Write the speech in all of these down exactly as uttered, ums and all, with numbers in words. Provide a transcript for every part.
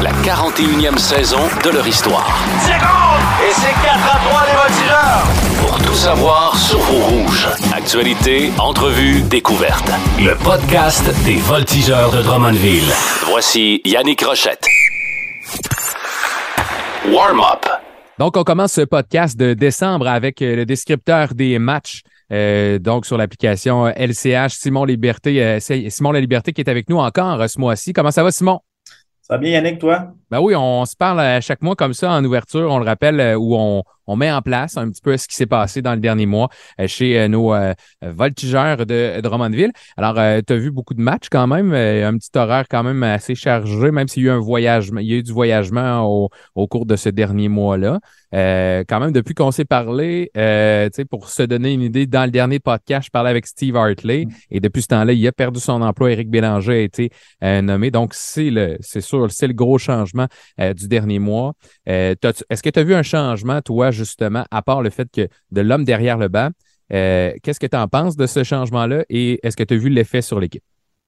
la quarante et unième saison de leur histoire. Et c'est quatre à trois les Voltigeurs! Pour tout savoir sur vos rouges, actualité, entrevues, découvertes. Le podcast des Voltigeurs de Drummondville. Voici Yannick Rochette. Warm-up. Donc, on commence ce podcast de décembre avec le descripteur des matchs. Euh, donc, sur l'application L C H, Simon Liberté, euh, Simon La Liberté qui est avec nous encore ce mois-ci. Comment ça va, Simon? Ça va bien, Yannick, toi? Ben oui, on se parle à chaque mois comme ça en ouverture, on le rappelle, où on, on met en place un petit peu ce qui s'est passé dans le dernier mois chez nos euh, voltigeurs de Drummondville. Alors, euh, tu as vu beaucoup de matchs quand même, un petit horaire quand même assez chargé, même s'il y a eu un voyagement, il y a eu du voyagement au, au cours de ce dernier mois-là. Euh, quand même, depuis qu'on s'est parlé, euh, pour se donner une idée, dans le dernier podcast, je parlais avec Steve Hartley et depuis ce temps-là, il a perdu son emploi. Éric Bélanger a été euh, nommé. Donc, c'est le, c'est sûr, c'est le gros changement euh, du dernier mois. Euh, est-ce que tu as vu un changement, toi, justement, à part le fait que de l'homme derrière le banc, euh, qu'est-ce que tu en penses de ce changement-là et est-ce que tu as vu l'effet sur l'équipe?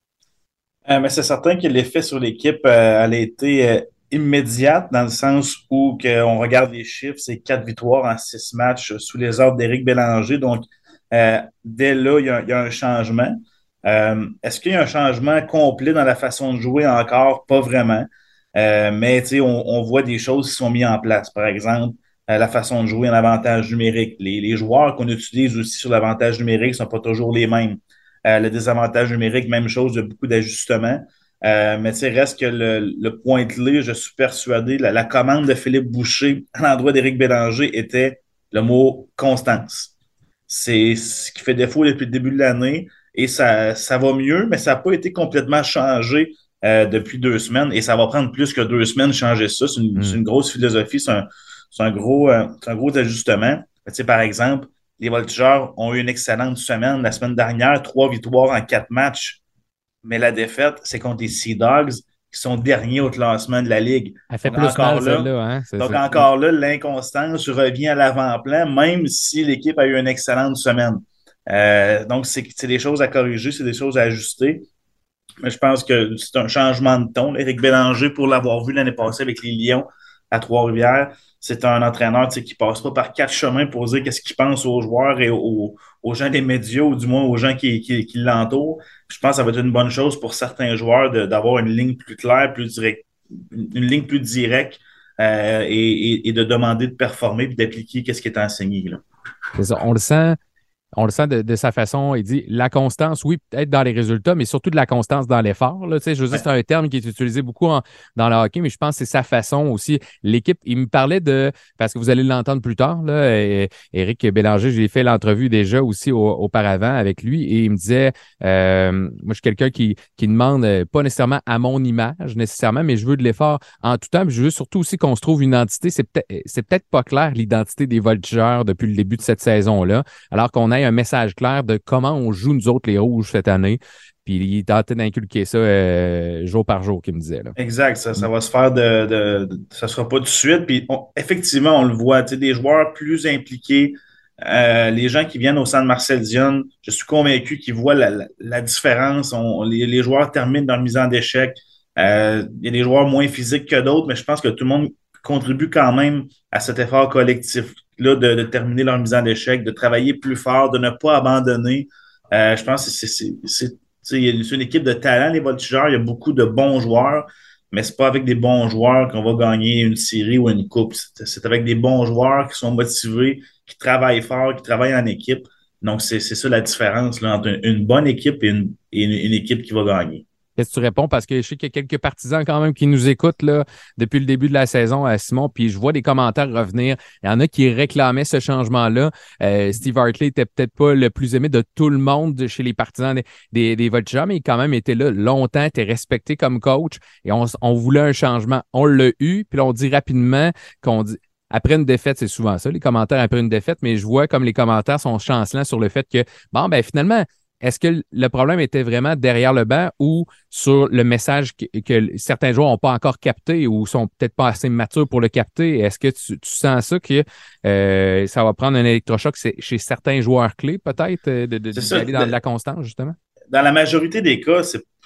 Euh, mais c'est certain que l'effet sur l'équipe, euh, elle a été euh, immédiate dans le sens où que on regarde les chiffres, c'est quatre victoires en six matchs sous les ordres d'Éric Bélanger. Donc, euh, dès là, il y a, il y a un changement. Euh, est-ce qu'il y a un changement complet dans la façon de jouer encore? Pas vraiment. Euh, mais on, on voit des choses qui sont mises en place. Par exemple, euh, la façon de jouer en avantage numérique. Les, les joueurs qu'on utilise aussi sur l'avantage numérique ne sont pas toujours les mêmes. Euh, le désavantage numérique, même chose, il y a beaucoup d'ajustements. Euh, mais tu sais, reste que le, le point clé, je suis persuadé, la, la commande de Philippe Boucher à l'endroit d'Éric Bélanger était le mot constance. C'est ce qui fait défaut depuis le début de l'année et ça, ça va mieux, mais ça n'a pas été complètement changé euh, depuis deux semaines et ça va prendre plus que deux semaines de changer ça. C'est une, mm. c'est une grosse philosophie, c'est un, c'est un, gros, euh, c'est un gros ajustement. Tu sais, par exemple, les Voltigeurs ont eu une excellente semaine la semaine dernière, trois victoires en quatre matchs. Mais la défaite, c'est contre les Sea Dogs qui sont derniers au classement de la Ligue. Elle fait donc, plus encore mal, là, celle-là. Hein? C'est donc, ça. encore là, l'inconstance revient à l'avant-plan, même si l'équipe a eu une excellente semaine. Euh, donc, c'est, c'est des choses à corriger, c'est des choses à ajuster. Mais je pense que c'est un changement de ton. Éric Bélanger, pour l'avoir vu l'année passée avec les Lions à Trois-Rivières, c'est un entraîneur qui ne passe pas par quatre chemins pour dire qu'est-ce qu'il pense aux joueurs et aux, aux gens des médias, ou du moins aux gens qui, qui, qui l'entourent. Je pense que ça va être une bonne chose pour certains joueurs de, d'avoir une ligne plus claire, plus directe, une ligne plus directe euh, et, et, et de demander de performer et d'appliquer qu'est-ce qui est enseigné. Là. C'est ça, on le sent. On le sent de, de sa façon. Il dit la constance, oui, peut-être dans les résultats, mais surtout de la constance dans l'effort. Là. Tu sais, je veux dire, c'est un terme qui est utilisé beaucoup en, dans le hockey, mais je pense que c'est sa façon aussi. L'équipe, il me parlait de, parce que vous allez l'entendre plus tard, là, et, Éric Bélanger, j'ai fait l'entrevue déjà aussi au, auparavant avec lui, et il me disait, euh, moi, je suis quelqu'un qui, qui demande pas nécessairement à mon image, nécessairement, mais je veux de l'effort en tout temps, puis je veux surtout aussi qu'on se trouve une identité. C'est peut-être, c'est peut-être pas clair, l'identité des Voltigeurs depuis le début de cette saison-là, alors qu'on a un message clair de comment on joue nous autres les Rouges cette année. Puis il tentait d'inculquer ça euh, jour par jour, qu'il me disait. Là. Exact, ça, ça va se faire de, de, de ça sera pas tout de suite. Puis on, effectivement, on le voit, tu sais, des joueurs plus impliqués, euh, les gens qui viennent au centre Marcel Dionne, je suis convaincu qu'ils voient la, la, la différence. On, les, les joueurs terminent dans la mise en échec. Euh, il y a des joueurs moins physiques que d'autres, mais je pense que tout le monde contribue quand même à cet effort collectif-là de, de terminer leur mise en échec, de travailler plus fort, de ne pas abandonner. Euh, je pense que c'est, c'est, c'est, c'est, c'est une équipe de talent, les Voltigeurs. Il y a beaucoup de bons joueurs, mais c'est pas avec des bons joueurs qu'on va gagner une série ou une coupe. C'est, c'est avec des bons joueurs qui sont motivés, qui travaillent fort, qui travaillent en équipe. Donc, c'est, c'est ça la différence là, entre une, une bonne équipe et une, et une, une équipe qui va gagner. Qu'est-ce que tu réponds? Parce que je sais qu'il y a quelques partisans quand même qui nous écoutent là, depuis le début de la saison, à Simon, puis je vois des commentaires revenir. Il y en a qui réclamaient ce changement-là. Euh, Steve Hartley était peut-être pas le plus aimé de tout le monde chez les partisans des, des, des Voltigeurs, mais il quand même était là longtemps, était respecté comme coach et on, on voulait un changement. On l'a eu, puis là, on dit rapidement qu'on dit après une défaite, c'est souvent ça, les commentaires après une défaite, mais je vois comme les commentaires sont chancelants sur le fait que, bon, ben finalement, est-ce que le problème était vraiment derrière le banc ou sur le message que, que certains joueurs n'ont pas encore capté ou sont peut-être pas assez matures pour le capter? Est-ce que tu, tu sens ça que euh, ça va prendre un électrochoc chez certains joueurs clés peut-être de, de, d'aller dans de la constance justement? Dans la majorité des cas, c'est,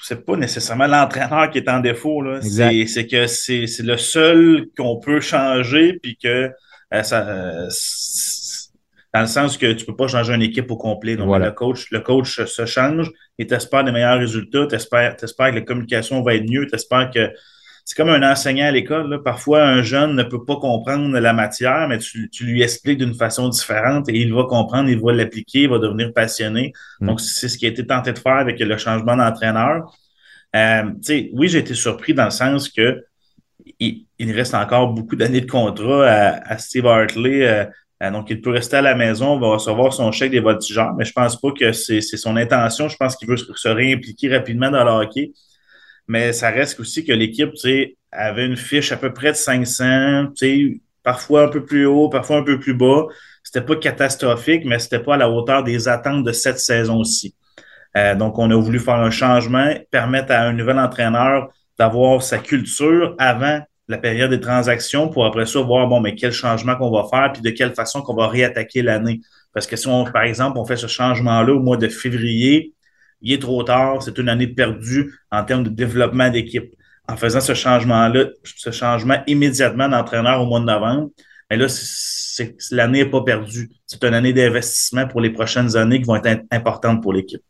c'est pas nécessairement l'entraîneur qui est en défaut, là. Exact. C'est, c'est que c'est, c'est le seul qu'on peut changer, puis que euh, ça, euh, c'est- dans le sens que tu peux pas changer une équipe au complet. Donc, Voilà. le coach, le coach se change et t'espères des meilleurs résultats, t'espères, t'espères que la communication va être mieux, t'espères que c'est comme un enseignant à l'école, là. Parfois, un jeune ne peut pas comprendre la matière, mais tu, tu lui expliques d'une façon différente et il va comprendre, il va l'appliquer, il va devenir passionné. Mm. Donc, c'est ce qui a été tenté de faire avec le changement d'entraîneur. Euh, tu sais, oui, j'ai été surpris dans le sens que il, il reste encore beaucoup d'années de contrat à, à Steve Hartley. Euh, euh, donc, il peut rester à la maison, va recevoir son chèque des voltigeurs, mais je pense pas que c'est c'est son intention. Je pense qu'il veut se, se réimpliquer rapidement dans le hockey. Mais ça reste aussi que l'équipe, tu sais, avait une fiche à peu près de cinq cents, tu sais, parfois un peu plus haut, parfois un peu plus bas. C'était pas catastrophique, mais c'était pas à la hauteur des attentes de cette saison-ci. Euh, donc, on a voulu faire un changement, permettre à un nouvel entraîneur d'avoir sa culture avant la période des transactions pour après ça voir, bon, mais quel changement qu'on va faire puis de quelle façon qu'on va réattaquer l'année. Parce que si on, par exemple, on fait ce changement-là au mois de février, il est trop tard, c'est une année perdue en termes de développement d'équipe. En faisant ce changement-là, ce changement immédiatement d'entraîneur au mois de novembre, mais là, c'est, c'est, l'année n'est pas perdue. C'est une année d'investissement pour les prochaines années qui vont être importantes pour l'équipe.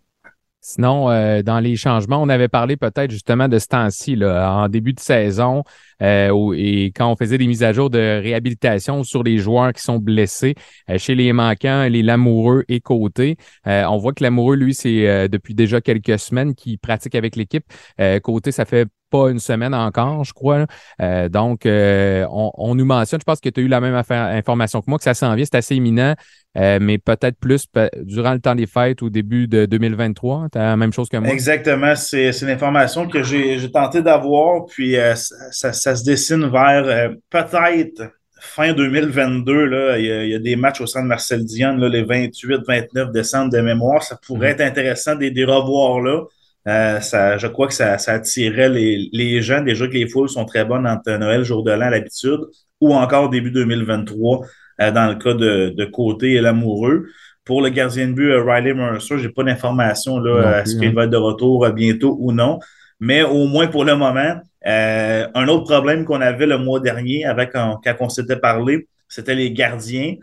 Sinon, euh, dans les changements, on avait parlé peut-être justement de ce temps-ci, là, en début de saison, euh, où, et quand on faisait des mises à jour de réhabilitation sur les joueurs qui sont blessés, euh, chez les manquants, les Lamoureux et Côté. Euh, on voit que Lamoureux, lui, c'est euh, depuis déjà quelques semaines qu'il pratique avec l'équipe. Euh, Côté, ça fait pas une semaine encore, je crois. Euh, donc, euh, on, on nous mentionne, je pense que tu as eu la même affaire, information que moi, que ça s'en vient, c'est assez imminent. Euh, mais peut-être plus pe- durant le temps des fêtes ou début de deux mille vingt-trois. Tu as la même chose que moi? Exactement. C'est, c'est l'information que j'ai, j'ai tenté d'avoir, puis euh, ça, ça, ça se dessine vers euh, peut-être fin deux mille vingt-deux. Là, il y a, il y a des matchs au centre Marcel Dionne, là, les vingt-huit vingt-neuf décembre de mémoire. Ça pourrait Mm-hmm. être intéressant de les revoir là. Euh, ça, je crois que ça, ça attirait les, les gens. Déjà que les foules sont très bonnes entre Noël, jour de l'an à l'habitude, ou encore début deux mille vingt-trois, euh, dans le cas de, de Côté et Lamoureux. Pour le gardien de but, euh, Riley Mercer, j'ai pas d'informations là, Non euh, est-ce plus, qu'il hein. va être de retour euh, bientôt ou non. Mais au moins pour le moment, euh, un autre problème qu'on avait le mois dernier avec quand on s'était parlé, c'était les gardiens.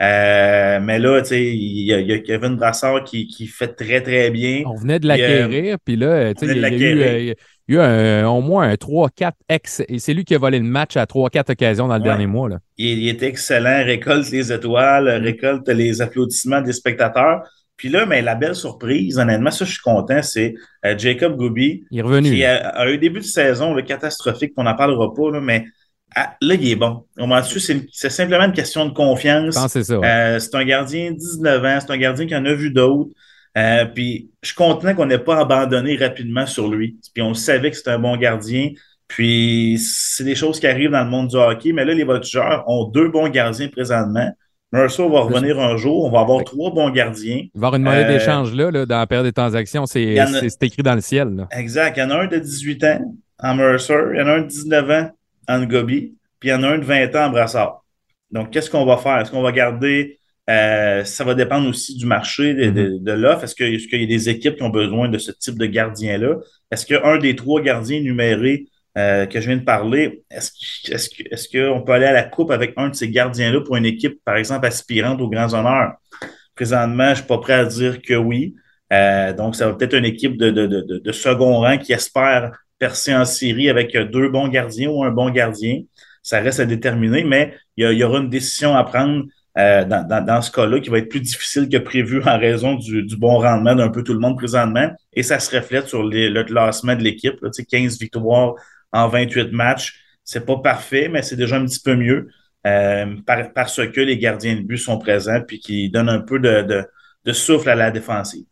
Euh, mais là, tu sais, il y, a- il y a Kevin Brassard qui, qui fait très, très bien. On venait de Puis, euh, l'acquérir, puis là, tu on sais, venait il de y a, il y a eu, l'acquérir. euh, il y a eu un- au moins un trois quatre ex. Et c'est lui qui a volé le match à trois quatre occasions dans le Ouais. dernier mois, là. Il, il est excellent, récolte les étoiles, Mm. récolte les applaudissements des spectateurs. Puis là, mais la belle surprise, honnêtement, ça, je suis content, c'est euh, Jacob Goubi, Il est revenu, qui là. a, a eu un début de saison là, catastrophique, on n'en parlera pas, là, mais ah, là, il est bon. Au moment dessus, c'est, c'est simplement une question de Je pense confiance. que c'est ça, ouais. Euh, c'est un gardien de dix-neuf ans, c'est un gardien qui en a vu d'autres. Euh, puis je suis content qu'on n'ait pas abandonné rapidement sur lui. Puis on savait que c'était un bon gardien. Puis c'est des choses qui arrivent dans le monde du hockey, mais là, les Voltigeurs ont deux bons gardiens présentement. Mercer va Plus- revenir un jour, on va avoir fait- trois bons gardiens. Il va y avoir une monnaie Euh, d'échange là, là, dans la période des transactions. il y C'est en a, c'est- c'est écrit dans le ciel, là. exact, il y en a un de dix-huit ans en Mercer, il y en a un de dix-neuf ans en Gobi, puis il y en a un de vingt ans en Brassard. Donc, qu'est-ce qu'on va faire? Est-ce qu'on va garder, euh, ça va dépendre aussi du marché, de, Mhm. de, de l'offre. Est-ce que, est-ce qu'il y a des équipes qui ont besoin de ce type de gardien-là? Est-ce qu'un des trois gardiens numérés euh, que je viens de parler, est-ce, est-ce, que- est-ce qu'on peut aller à la coupe avec un de ces gardiens-là pour une équipe, par exemple, aspirante aux grands honneurs? Présentement, je ne suis pas prêt à dire que oui. Euh, donc, ça va peut-être une équipe de, de, de, de second rang qui espère percer en série avec deux bons gardiens ou un bon gardien. Ça reste à déterminer, mais il y, a, il y aura une décision à prendre euh, dans, dans, dans ce cas-là qui va être plus difficile que prévu en raison du, du bon rendement d'un peu tout le monde présentement. Et ça se reflète sur les, le classement de l'équipe. Là, tu sais, quinze victoires en vingt-huit matchs. C'est pas parfait, mais c'est déjà un petit peu mieux. Euh, par, parce que les gardiens de but sont présents puis qui donnent un peu de, de, de souffle à la défensive.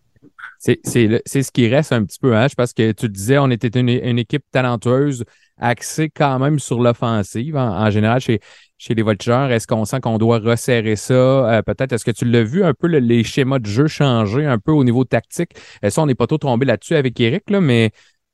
C'est c'est le- c'est ce qui reste un petit peu, hein, parce que tu le disais, on était une, une équipe talentueuse, axée quand même sur l'offensive. En, en général, chez, chez les Voltigeurs, est-ce qu'on sent qu'on doit resserrer ça? Euh, peut-être, est-ce que tu l'as vu un peu, le- les schémas de jeu changer un peu au niveau tactique? Euh, ça, on n'est pas trop tombé là-dessus avec Eric, là, mais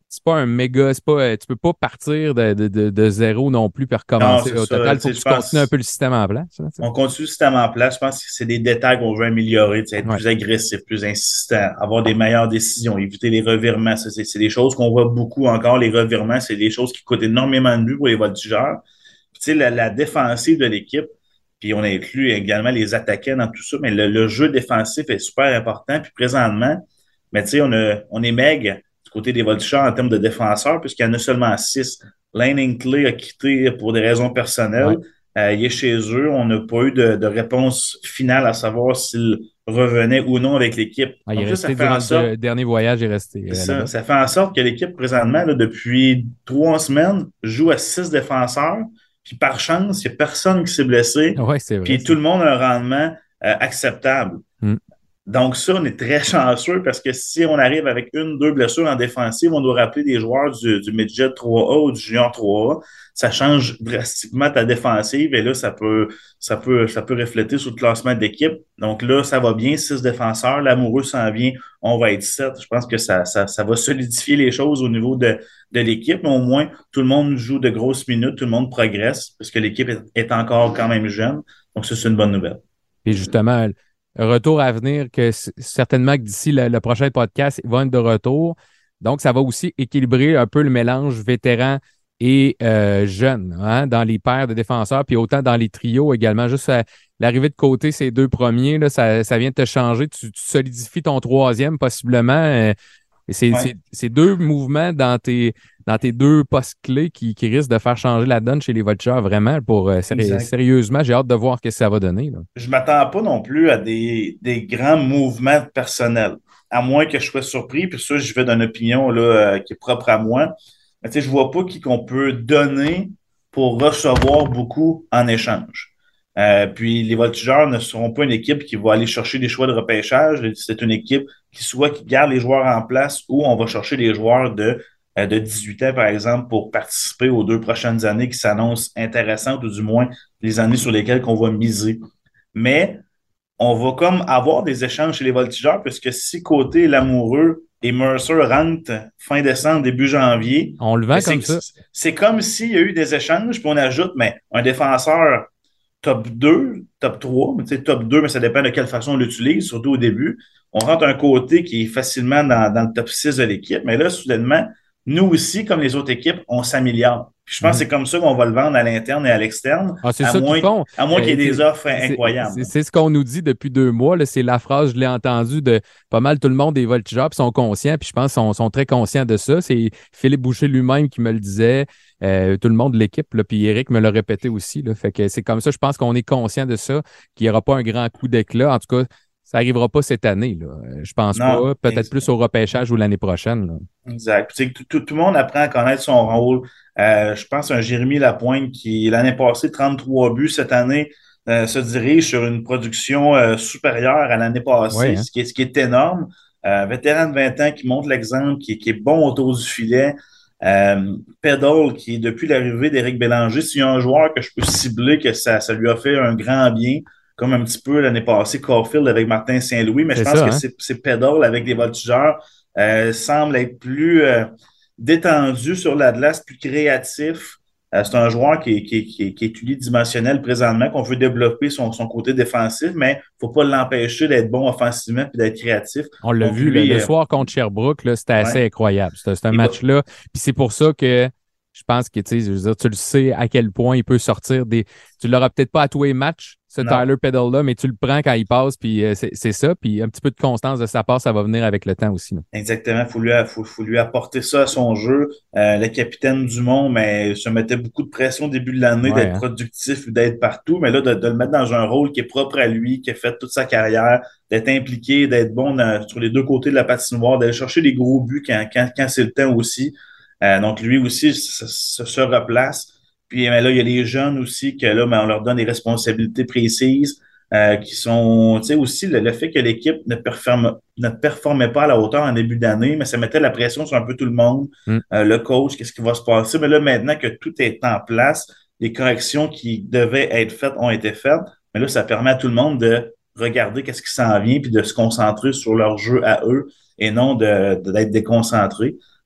c'est pas un méga, c'est pas, tu peux pas partir de, de, de, de zéro non plus puis recommencer. Non, Au ça. total, il faut Tu que sais, tu je pense, continues un peu le système en place. Là, on continue le système en place. Je pense que c'est des détails qu'on veut améliorer, tu sais, être ouais. plus agressif, plus insistant, avoir des meilleures décisions, éviter les revirements. Ça, c'est, c'est des choses qu'on voit beaucoup encore. Les revirements, c'est des choses qui coûtent énormément de buts pour les voltigeurs. Puis, tu sais, la, la défensive de l'équipe, puis on a inclus également les attaquants dans tout ça, mais le, le jeu défensif est super important. Puis présentement, mais tu sais, on, a, on est maigre du côté des voltigeurs en termes de défenseurs, puisqu'il y en a seulement six. Lane Hinkley a quitté pour des raisons personnelles. Ouais. Euh, il est chez eux. On n'a pas eu de, de réponse finale à savoir s'il revenait ou non avec l'équipe. Ah, il est Donc là, ça resté fait durant en le sorte, de- dernier voyage, il est resté euh, ça, là-bas. ça fait en sorte que l'équipe, présentement, là, depuis trois semaines, joue à six défenseurs. Puis par chance, il n'y a personne qui s'est blessé. Ouais, c'est vrai. Puis Ça. tout le monde a un rendement euh, acceptable. Mm. Donc ça, on est très chanceux parce que si on arrive avec une, deux blessures en défensive, on doit rappeler des joueurs du, du midget trois A ou du junior trois A. Ça change drastiquement ta défensive et là, ça peut, ça peut, ça peut refléter sur le classement d'équipe. Donc là, ça va bien, six défenseurs. L'amoureux s'en vient, on va être sept. Je pense que ça, ça, ça va solidifier les choses au niveau de, de l'équipe. Mais au moins, tout le monde joue de grosses minutes, tout le monde progresse parce que l'équipe est, est encore quand même jeune. Donc ça, c'est une bonne nouvelle. Et justement, retour à venir, que c- certainement que d'ici le, le prochain podcast, ils vont être de retour. Donc, ça va aussi équilibrer un peu le mélange vétéran et euh, jeune hein, dans les paires de défenseurs, puis autant dans les trios également. Juste à, l'arrivée de côté, ces deux premiers, là, ça, ça vient de te changer. Tu, tu solidifies ton troisième possiblement. euh, et c'est, Ouais. c'est, c'est deux mouvements dans tes, dans tes deux postes clés qui, qui risquent de faire changer la donne chez les Voltigeurs, vraiment. Pour, euh, séri- Exact. sérieusement, j'ai hâte de voir ce que ça va donner. Là. Je m'attends pas non plus à des, des grands mouvements personnels, à moins que je sois surpris, puis ça, je vais d'une opinion là, euh, qui est propre à moi. Mais tu sais, je vois pas qui qu'on peut donner pour recevoir beaucoup en échange. Euh, puis les Voltigeurs ne seront pas une équipe qui va aller chercher des choix de repêchage. C'est une équipe qui soit qui garde les joueurs en place ou on va chercher des joueurs de, euh, de dix-huit ans, par exemple, pour participer aux deux prochaines années qui s'annoncent intéressantes ou du moins les années sur lesquelles on va miser. Mais on va comme avoir des échanges chez les voltigeurs, puisque si côté l'amoureux et Mercer rentrent fin décembre, début janvier, On le vend mais c'est, comme ça. c'est comme s'il y a eu des échanges, puis on ajoute mais un défenseur top deux, top trois, mais tu sais, top deux, mais ça dépend de quelle façon on l'utilise, surtout au début. On rentre un côté qui est facilement dans, dans le top six de l'équipe, mais là, soudainement, nous aussi, comme les autres équipes, on s'améliore. Puis je pense que c'est comme ça qu'on va le vendre à l'interne et à l'externe, Ah, c'est à ça moins, qu'ils font. à moins qu'il y ait Euh, des c'est- offres c'est- incroyables. C'est c'est ce qu'on nous dit depuis deux mois. Là. C'est la phrase, je l'ai entendue de pas mal tout le monde des voltigeurs, puis sont conscients, puis je pense qu'ils sont, sont très conscients de ça. C'est Philippe Boucher lui-même qui me le disait, euh, tout le monde de l'équipe, là, puis Eric me l'a répété aussi. Là. Fait que c'est comme ça, je pense qu'on est conscient de ça, qu'il n'y aura pas un grand coup d'éclat. En tout cas, ça n'arrivera pas cette année. Là. Euh, Je pense Non, pas. Peut-être ex- plus au repêchage ou l'année prochaine. Là. exact. Puis, tu sais, tout, tout, tout le monde apprend à connaître son rôle. Euh, je pense à un Jérémy Lapointe qui, l'année passée, trente-trois buts. Cette année, euh, se dirige sur une production euh, supérieure à l'année passée, Ouais, hein. ce, qui est, ce qui est énorme. Euh, vétéran de vingt ans qui montre l'exemple, qui, qui est bon autour du filet. Euh, Pedal, qui est depuis l'arrivée d'Éric Bélanger, s'il y a un joueur que je peux cibler, que ça, ça lui a fait un grand bien, comme un petit peu l'année passée, Caulfield avec Martin Saint-Louis, mais je C'est pense ça, que hein? c'est, c'est Pedal avec des voltigeurs, euh, semble être plus euh, détendu sur la glace, plus créatif. Euh, c'est un joueur qui est, qui, est, qui, est, qui est unidimensionnel présentement, qu'on veut développer son, son côté défensif, mais il ne faut pas l'empêcher d'être bon offensivement et d'être créatif. On l'a Donc, vu lui, le, le euh, soir contre Sherbrooke, là, c'était assez ouais. incroyable. C'était c'était un Il va- match-là. Puis c'est pour ça que je pense que tu sais, je veux dire, tu le sais à quel point il peut sortir des. Tu l'auras peut-être pas à tous les matchs, ce Non. Tyler Pedal-là, mais tu le prends quand il passe, puis euh, c'est c'est ça. Puis un petit peu de constance de sa part, ça va venir avec le temps aussi. Là. Exactement, il faut lui, faut, faut lui apporter ça à son jeu. Euh, le capitaine Dumont, mais se mettait beaucoup de pression au début de l'année Ouais, d'être hein. productif, d'être partout, mais là, de, de le mettre dans un rôle qui est propre à lui, qui a fait toute sa carrière, d'être impliqué, d'être bon dans- sur les deux côtés de la patinoire, d'aller chercher des gros buts quand, quand, quand c'est le temps aussi. Euh, donc, lui aussi se, se, se replace. Puis mais là, il y a les jeunes aussi que là, ben, on leur donne des responsabilités précises. Euh, qui sont, tu sais, aussi le, le fait que l'équipe ne, performe, ne performait pas à la hauteur en début d'année, mais ça mettait la pression sur un peu tout le monde. Mm. Euh, le coach, qu'est-ce qui va se passer? Mais là, maintenant que tout est en place, les corrections qui devaient être faites ont été faites. Mais là, ça permet à tout le monde de regarder qu'est-ce qui s'en vient puis de se concentrer sur leur jeu à eux et non de, de- d'être déconcentré.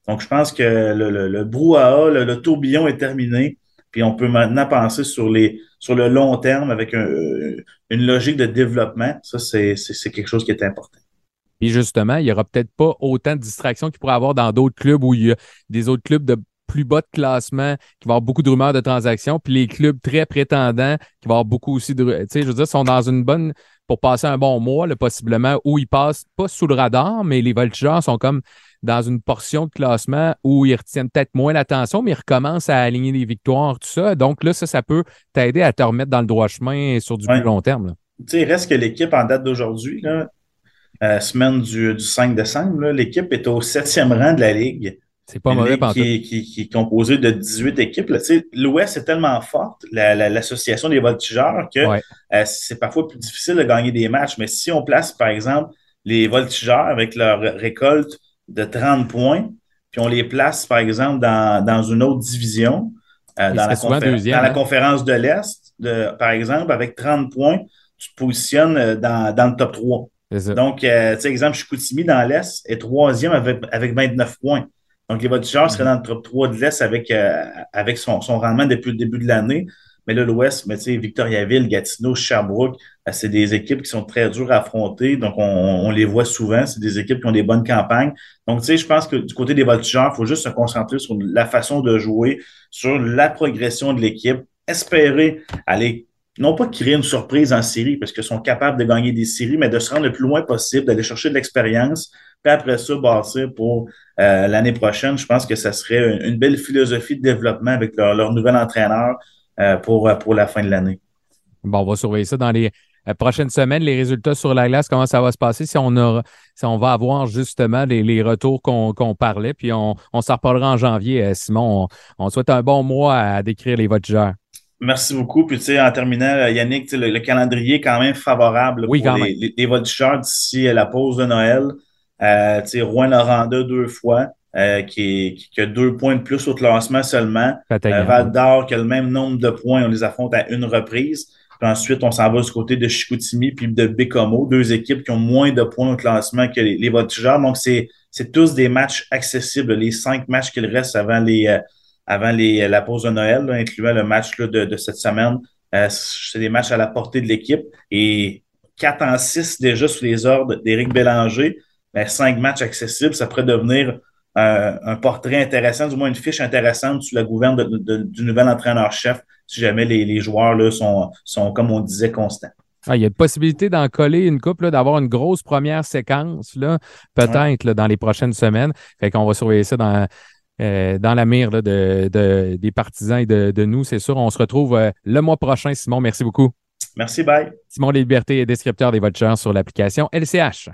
Donc, je pense que le, le, le brouhaha, le, le tourbillon est terminé. Puis on peut maintenant penser sur les sur le long terme avec un, une logique de développement. Ça, c'est, c'est, c'est quelque chose qui est important. Et justement, il n'y aura peut-être pas autant de distractions qu'il pourrait y avoir dans d'autres clubs où il y a des autres clubs de plus bas de classement qui vont avoir beaucoup de rumeurs de transactions, puis les clubs très prétendants qui vont avoir beaucoup aussi de... Tu sais, je veux dire, sont dans une bonne... pour passer un bon mois, là, possiblement, où ils passent pas sous le radar, mais les voltigeurs sont comme dans une portion de classement où ils retiennent peut-être moins l'attention, mais ils recommencent à aligner les victoires, tout ça. Donc là, ça, ça peut t'aider à te remettre dans le droit chemin sur du Ouais. plus long terme, là. Tu sais, il reste que l'équipe en date d'aujourd'hui, là, euh, semaine du, du cinq décembre, là, l'équipe est au septième rang de la Ligue. C'est pas Une mauvais ligue pantoute. qui, est- qui, qui est composée de dix-huit équipes. Là. Tu sais, l'Ouest est tellement forte, la- la- l'association des voltigeurs, que Ouais. euh, c'est parfois plus difficile de gagner des matchs. Mais si on place, par exemple, les voltigeurs avec leur récolte de trente points, puis on les place, par exemple, dans, dans une autre division, euh, Il dans, serait la souvent confé- deuxième, dans la hein? conférence de l'Est, de, par exemple, avec trente points, tu te positionnes euh, dans, dans le top trois. C'est ça. Donc, euh, tu sais, exemple, Chicoutimi dans l'Est est troisième avec, avec vingt-neuf points. Donc, les voltigeurs seraient dans le top trois de l'Est avec, euh, avec son, son rendement depuis le début de l'année. Mais là, l'Ouest, mais tu sais, Victoriaville, Gatineau, Sherbrooke, euh, c'est des équipes qui sont très dures à affronter. Donc, on, on les voit souvent. C'est des équipes qui ont des bonnes campagnes. Donc, tu sais, je pense que du côté des voltigeurs, il faut juste se concentrer sur la façon de jouer, sur la progression de l'équipe, espérer aller non pas créer une surprise en série, parce qu'ils sont capables de gagner des séries, mais de se rendre le plus loin possible, d'aller chercher de l'expérience, puis après ça, bâtir pour euh, l'année prochaine. Je pense que ça serait une, une belle philosophie de développement avec leur, leur nouvel entraîneur euh, pour, pour la fin de l'année. Bon, on va surveiller ça dans les euh, prochaines semaines, les résultats sur la glace, comment ça va se passer, si on aura, si on va avoir justement les, les retours qu'on qu'on parlait, puis on, on s'en reparlera en janvier. Euh, Simon, on, on souhaite un bon mois à décrire les voltigeurs. Merci beaucoup. Puis, tu sais, en terminant, Yannick, le, le calendrier est quand même favorable Oui, pour quand les, même. les, les voltigeurs d'ici la pause de Noël. Euh, tu sais, Rouen-Noranda deux fois, euh, qui, est, qui a deux points de plus au classement seulement. Euh, Val-d'Or qui a le même nombre de points, on les affronte à une reprise. Puis ensuite, on s'en va du côté de Chicoutimi puis de Bécomo, deux équipes qui ont moins de points au classement que les, les voltigeurs. Donc, c'est, c'est tous des matchs accessibles, les cinq matchs qu'il reste avant les... Euh, avant les, la pause de Noël, là, incluant le match là, de, de cette semaine. Euh, c'est des matchs à la portée de l'équipe. Et quatre en six déjà sous les ordres d'Éric Bélanger. Ben, cinq matchs accessibles, ça pourrait devenir euh, un portrait intéressant, du moins une fiche intéressante sous la gouverne de, de, du nouvel entraîneur-chef, si jamais les, les joueurs là, sont, sont, comme on disait, constants. Ah, il y a une possibilité d'en coller une couple, là, d'avoir une grosse première séquence, là, peut-être, là, dans les prochaines semaines. Fait qu'on va surveiller ça dans... Euh, dans la mire là, de, de, des partisans et de, de nous, c'est sûr. On se retrouve euh, le mois prochain, Simon. Merci beaucoup. Merci, bye. Simon Leslibertés est descripteur des voltigeurs sur l'application L C H.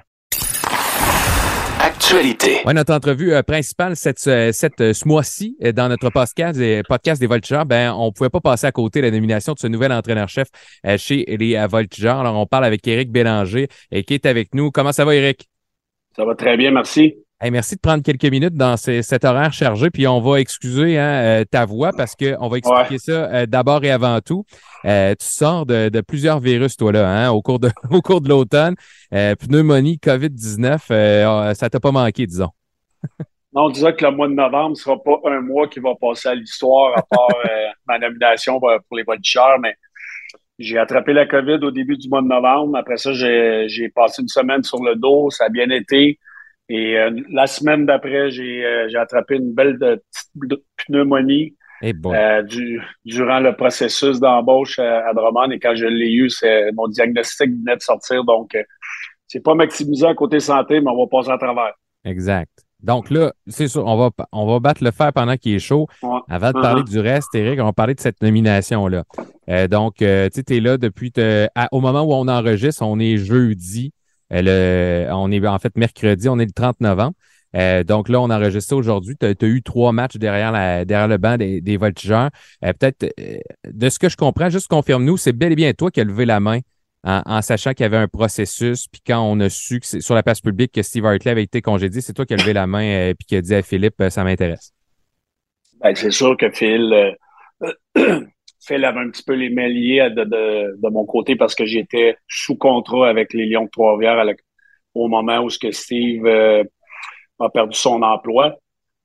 Actualité. Ouais, notre entrevue euh, principale cette, cette, euh, ce mois-ci euh, dans notre podcast, euh, podcast des voltigeurs, ben, on ne pouvait pas passer à côté de la nomination de ce nouvel entraîneur-chef euh, chez les euh, voltigeurs. Alors, on parle avec Éric Bélanger euh, qui est avec nous. Comment ça va, Éric? Ça va très bien, merci. Hey, merci de prendre quelques minutes dans ces, cet horaire chargé, puis on va excuser hein, euh, ta voix parce qu'on va expliquer ouais. ça euh, d'abord et avant tout. Euh, tu sors de, de plusieurs virus, toi, là, hein, au cours de, au cours de l'automne. Euh, pneumonie, covid dix-neuf, euh, ça t'a pas manqué, disons. Non, on disait que le mois de novembre ne sera pas un mois qui va passer à l'histoire à part euh, ma nomination pour les voltigeurs, mais j'ai attrapé la COVID au début du mois de novembre. Après ça, j'ai, j'ai passé une semaine sur le dos, ça a bien été. Et euh, la semaine d'après, j'ai, euh, j'ai attrapé une belle de, petite pneumonie hey euh, du, durant le processus d'embauche à, à Drummond. Et quand je l'ai eu, c'est, mon diagnostic venait de sortir. Donc, euh, c'est pas maximisé à côté santé, mais on va passer à travers. Exact. Donc là, c'est sûr, on va, on va battre le fer pendant qu'il est chaud. Ouais. Avant de parler uh-huh. du reste, Éric, on va parler de cette nomination-là. Euh, donc, euh, tu sais, t'es là depuis... Te, à, au moment où on enregistre, on est jeudi. Le, on est en fait mercredi, on est le trente novembre. Euh, donc là, on enregistre ça aujourd'hui. Tu as eu trois matchs derrière, la, derrière le banc des, des voltigeurs. Euh, peut-être, euh, de ce que je comprends, juste confirme-nous, c'est bel et bien toi qui as levé la main en, en sachant qu'il y avait un processus. Puis quand on a su que c'est, sur la place publique que Steve Hartley avait été congédié, c'est toi qui as levé la main et euh, qui a dit à Philippe, ça m'intéresse. Ben, c'est sûr que Phil... Euh, Phil avait un petit peu les mains liées de, de, de mon côté parce que j'étais sous contrat avec les Lions de Trois-Rivières la, au moment où ce que Steve euh, a perdu son emploi.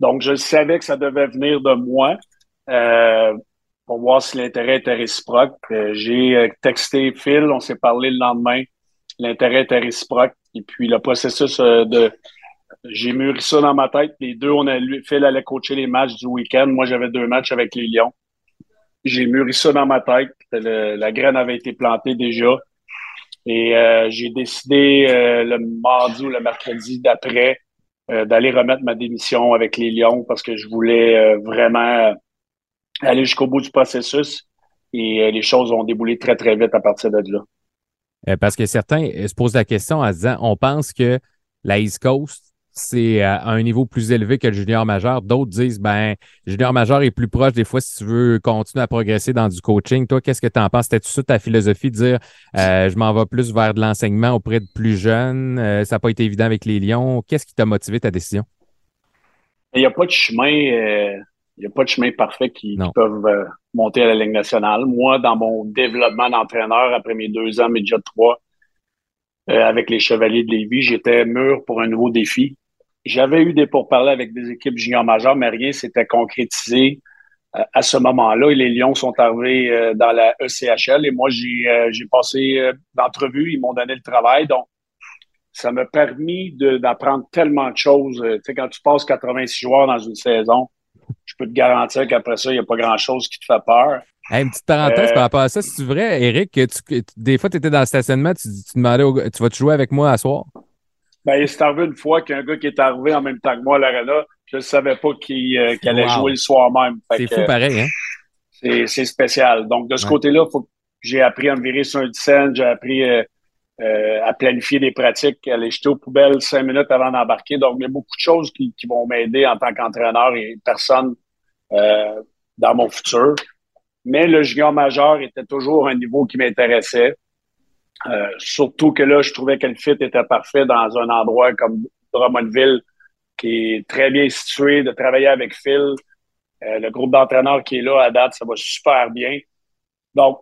Donc, je savais que ça devait venir de moi euh, pour voir si l'intérêt était réciproque. Euh, j'ai texté Phil, on s'est parlé le lendemain. L'intérêt était réciproque. Et puis, le processus euh, de... J'ai mûri ça dans ma tête. Les deux, on a, Phil allait coacher les matchs du week-end. Moi, j'avais deux matchs avec les Lions. J'ai mûri ça dans ma tête. Le, la graine avait été plantée déjà. Et euh, j'ai décidé euh, le mardi ou le mercredi d'après euh, d'aller remettre ma démission avec les Lions parce que je voulais euh, vraiment aller jusqu'au bout du processus. Et euh, les choses ont déboulé très, très vite à partir de là. Euh, parce que certains euh, se posent la question en se disant, on pense que la East Coast, c'est à un niveau plus élevé que le junior majeur. D'autres disent, ben, le junior majeur est plus proche des fois si tu veux continuer à progresser dans du coaching. Toi, qu'est-ce que tu en penses? C'était-tu ça ta philosophie de dire, euh, je m'en vais plus vers de l'enseignement auprès de plus jeunes? Euh, ça n'a pas été évident avec les Lions. Qu'est-ce qui t'a motivé ta décision? Il n'y a pas de chemin, euh, il n'y a pas de chemin parfait qui, qui peuvent euh, monter à la Ligue nationale. Moi, dans mon développement d'entraîneur, après mes deux ans, mes Jet trois, euh, avec les Chevaliers de Lévis, j'étais mûr pour un nouveau défi. J'avais eu des pourparlers avec des équipes juniors majeures, mais rien s'était concrétisé euh, à ce moment-là. Et les Lions sont arrivés euh, dans la E C H L et moi, j'ai euh, j'ai passé euh, d'entrevue. Ils m'ont donné le travail. Donc, ça m'a permis de, d'apprendre tellement de choses. Euh, tu sais, quand tu passes quatre-vingt-six joueurs dans une saison, je peux te garantir qu'après ça, il n'y a pas grand-chose qui te fait peur. Hey, une petite parenthèse Euh, par rapport à ça. C'est vrai, Eric, que, tu, que tu- des fois, tu étais dans le stationnement, tu, tu demandais, au gars, tu vas-tu jouer avec moi à soir? Ben, c'est arrivé une fois qu'un gars qui est arrivé en même temps que moi à l'Arena, je ne savais pas qu'il, euh, qu'il allait Wow. jouer le soir même. Fait C'est que, fou pareil, hein? c'est, c'est spécial. Donc, de ce Ouais. côté-là, faut que j'ai appris à me virer sur un scène, j'ai appris euh, euh, à planifier des pratiques, à les jeter aux poubelles cinq minutes avant d'embarquer. Donc, il y a beaucoup de choses qui, qui vont m'aider en tant qu'entraîneur et personne euh, dans mon futur. Mais le junior majeur était toujours un niveau qui m'intéressait. Euh, surtout que là, je trouvais que le fit était parfait dans un endroit comme Drummondville, qui est très bien situé, de travailler avec Phil. Euh, le groupe d'entraîneurs qui est là à date, ça va super bien. Donc,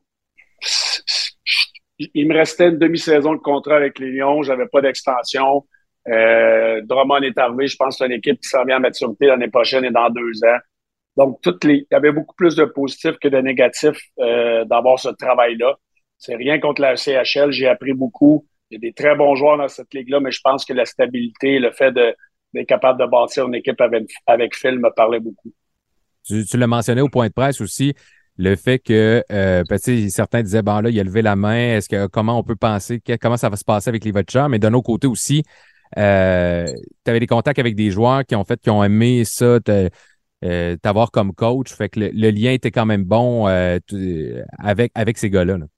il me restait une demi-saison de contrat avec les Lions. J'avais pas d'extension. Euh, Drummond est arrivé. Je pense que c'est une équipe qui s'en vient à maturité l'année prochaine et dans deux ans. Donc, toutes les, il y avait beaucoup plus de positifs que de négatifs euh, d'avoir ce travail-là. C'est rien contre la C H L. J'ai appris beaucoup. Il y a des très bons joueurs dans cette ligue-là, mais je pense que la stabilité, le fait de, d'être capable de bâtir une équipe avec, avec Phil me parlait beaucoup. Tu, tu l'as mentionné au point de presse aussi, le fait que euh, ben, certains disaient, bon là, il a levé la main, est-ce que comment on peut penser, que, comment ça va se passer avec les Voltigeurs, mais d'un autre côté aussi, euh, tu avais des contacts avec des joueurs qui ont fait, qui ont aimé ça, te, euh, t'avoir comme coach, fait que le, le lien était quand même bon euh, avec, avec ces gars-là. Là.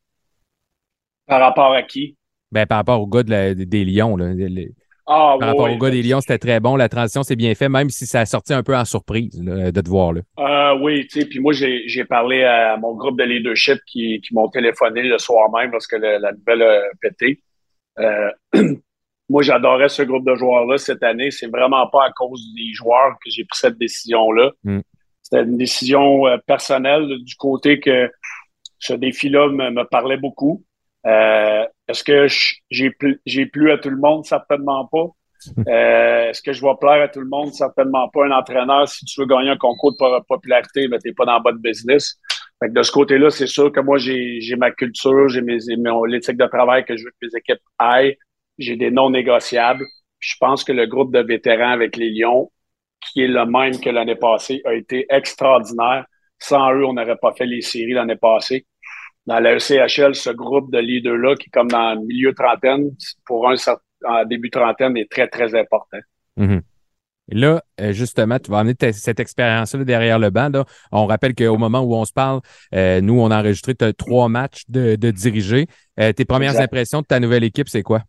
Par rapport à qui? Ben, par rapport aux gars de la, des Lions, là, les, Ah, par oui, rapport oui, aux gars ben, des Lions, c'était très bon. La transition s'est bien faite, même si ça a sorti un peu en surprise là, de te voir. Là. Euh, oui, tu sais, puis moi, j'ai, j'ai parlé à mon groupe de leadership qui, qui m'ont téléphoné le soir même lorsque le, la nouvelle a pété. Euh, moi, j'adorais ce groupe de joueurs-là cette année. C'est vraiment pas à cause des joueurs que j'ai pris cette décision-là. Mm. C'était une décision euh, personnelle du côté que ce défi-là me, me parlait beaucoup. Euh, est-ce que je, j'ai, plu, j'ai plu à tout le monde? Certainement pas. Euh, est-ce que je vais plaire à tout le monde? Certainement pas. Un entraîneur, si tu veux gagner un concours de popularité, ben, t'es pas dans le bon business. Fait que de ce côté-là, c'est sûr que moi, j'ai, j'ai ma culture, j'ai mes, mes, l'éthique de travail que je veux que mes équipes aillent. J'ai des non négociables. Je pense que le groupe de vétérans avec les Lions, qui est le même que l'année passée, a été extraordinaire. Sans eux, on n'aurait pas fait les séries l'année passée. Dans la E C H L, ce groupe de leaders-là, qui est comme dans le milieu trentaine, pour un en début trentaine, est très, très important. Mm-hmm. Et là, justement, tu vas amener t- cette expérience-là derrière le banc. Là. On rappelle qu'au moment où on se parle, euh, nous, on a enregistré trois matchs de, de diriger. Euh, tes premières exact. impressions de ta nouvelle équipe, c'est quoi?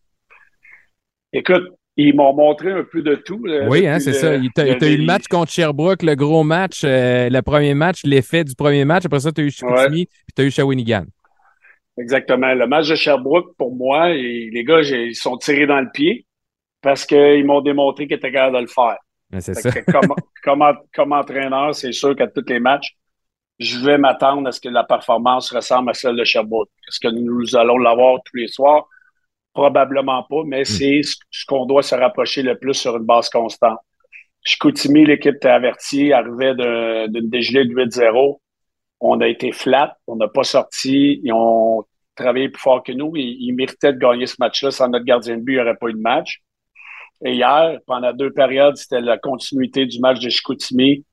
Écoute, ils m'ont montré un peu de tout. Là, oui, hein, c'est le, ça. Tu as eu le match contre Sherbrooke, le gros match, euh, le premier match, l'effet du premier match. Après ça, tu as eu Chicoutimi, ouais. Puis tu as eu Shawinigan. Exactement. Le match de Sherbrooke, pour moi, et les gars, ils sont tirés dans le pied parce qu'ils m'ont démontré qu'ils étaient capables de le faire. Mais c'est ça. comme, comme, comme entraîneur, c'est sûr qu'à tous les matchs, je vais m'attendre à ce que la performance ressemble à celle de Sherbrooke. Est-ce que nous allons l'avoir tous les soirs? Probablement pas, mais mmh. c'est ce qu'on doit se rapprocher le plus sur une base constante. Chicoutimi, l'équipe était avertie, arrivait de- d'une dégelée de huit zéro. On a été flat, on n'a pas sorti, ils ont travaillé plus fort que nous. Ils, ils méritaient de gagner ce match-là. Sans notre gardien de but, il n'y aurait pas eu de match. Et hier, pendant deux périodes, c'était la continuité du match de Chicoutimi.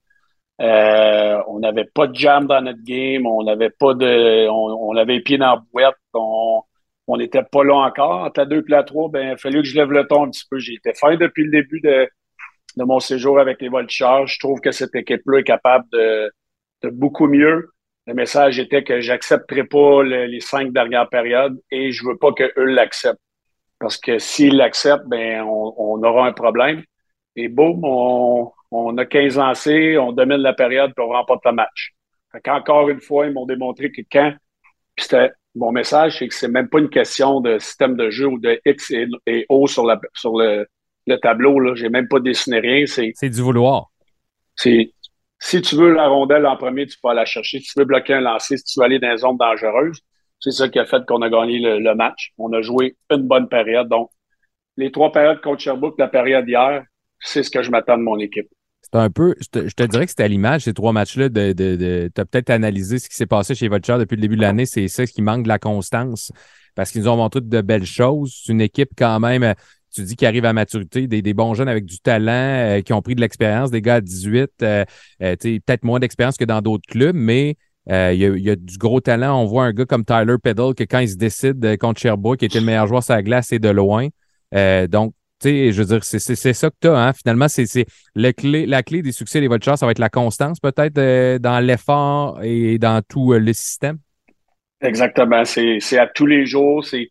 Euh, on n'avait pas de jam dans notre game, on n'avait pas de, on, on avait les pieds dans la boîte, on on n'était pas là encore. Entre la deux et la trois, ben, il a fallu que je lève le ton un petit peu. J'ai été fin depuis le début de, de mon séjour avec les Voltigeurs. Je trouve que cette équipe-là est capable de, de beaucoup mieux. Le message était que j'accepterai pas le- les cinq dernières périodes et je veux pas que eux l'acceptent. Parce que s'ils l'acceptent, ben, on, on aura un problème. Et boum, on, on a quinze lancés, on domine la période puis on remporte le match. Fait qu'encore une fois, ils m'ont démontré que quand, puis c'était, mon message, c'est que c'est même pas une question de système de jeu ou de X et, et O sur, la, sur le, le tableau, là. J'ai même pas dessiné rien. C'est, C'est du vouloir. c'est, si tu veux la rondelle en premier, tu peux aller la chercher. Si tu veux bloquer un lancer, si tu veux aller dans les zones dangereuses, c'est ça qui a fait qu'on a gagné le, le match. On a joué une bonne période. Donc, les trois périodes contre Sherbrooke, la période hier, c'est ce que je m'attends de mon équipe. C'est un peu, je te, je te dirais que c'était à l'image, ces trois matchs-là, de, de, de tu as peut-être analysé ce qui s'est passé chez Voltigeurs depuis le début de l'année. C'est ça qui manque de la constance parce qu'ils nous ont montré de belles choses. C'est une équipe quand même, tu dis, qui arrive à maturité, des, des bons jeunes avec du talent, euh, qui ont pris de l'expérience, des gars à dix-huit, euh, euh, peut-être moins d'expérience que dans d'autres clubs, mais euh, il y, a, il y a du gros talent. On voit un gars comme Tyler Peddle que quand il se décide euh, contre Sherbrooke, qui était le meilleur joueur sur la glace et de loin. Euh, donc, tu sais, je veux dire, c'est, c'est, c'est ça que tu as, hein. Finalement, c'est, c'est le clé, la clé des succès des Voltigeurs, ça va être la constance, peut-être, euh, dans l'effort et dans tout euh, le système. Exactement. C'est, c'est à tous les jours. C'est,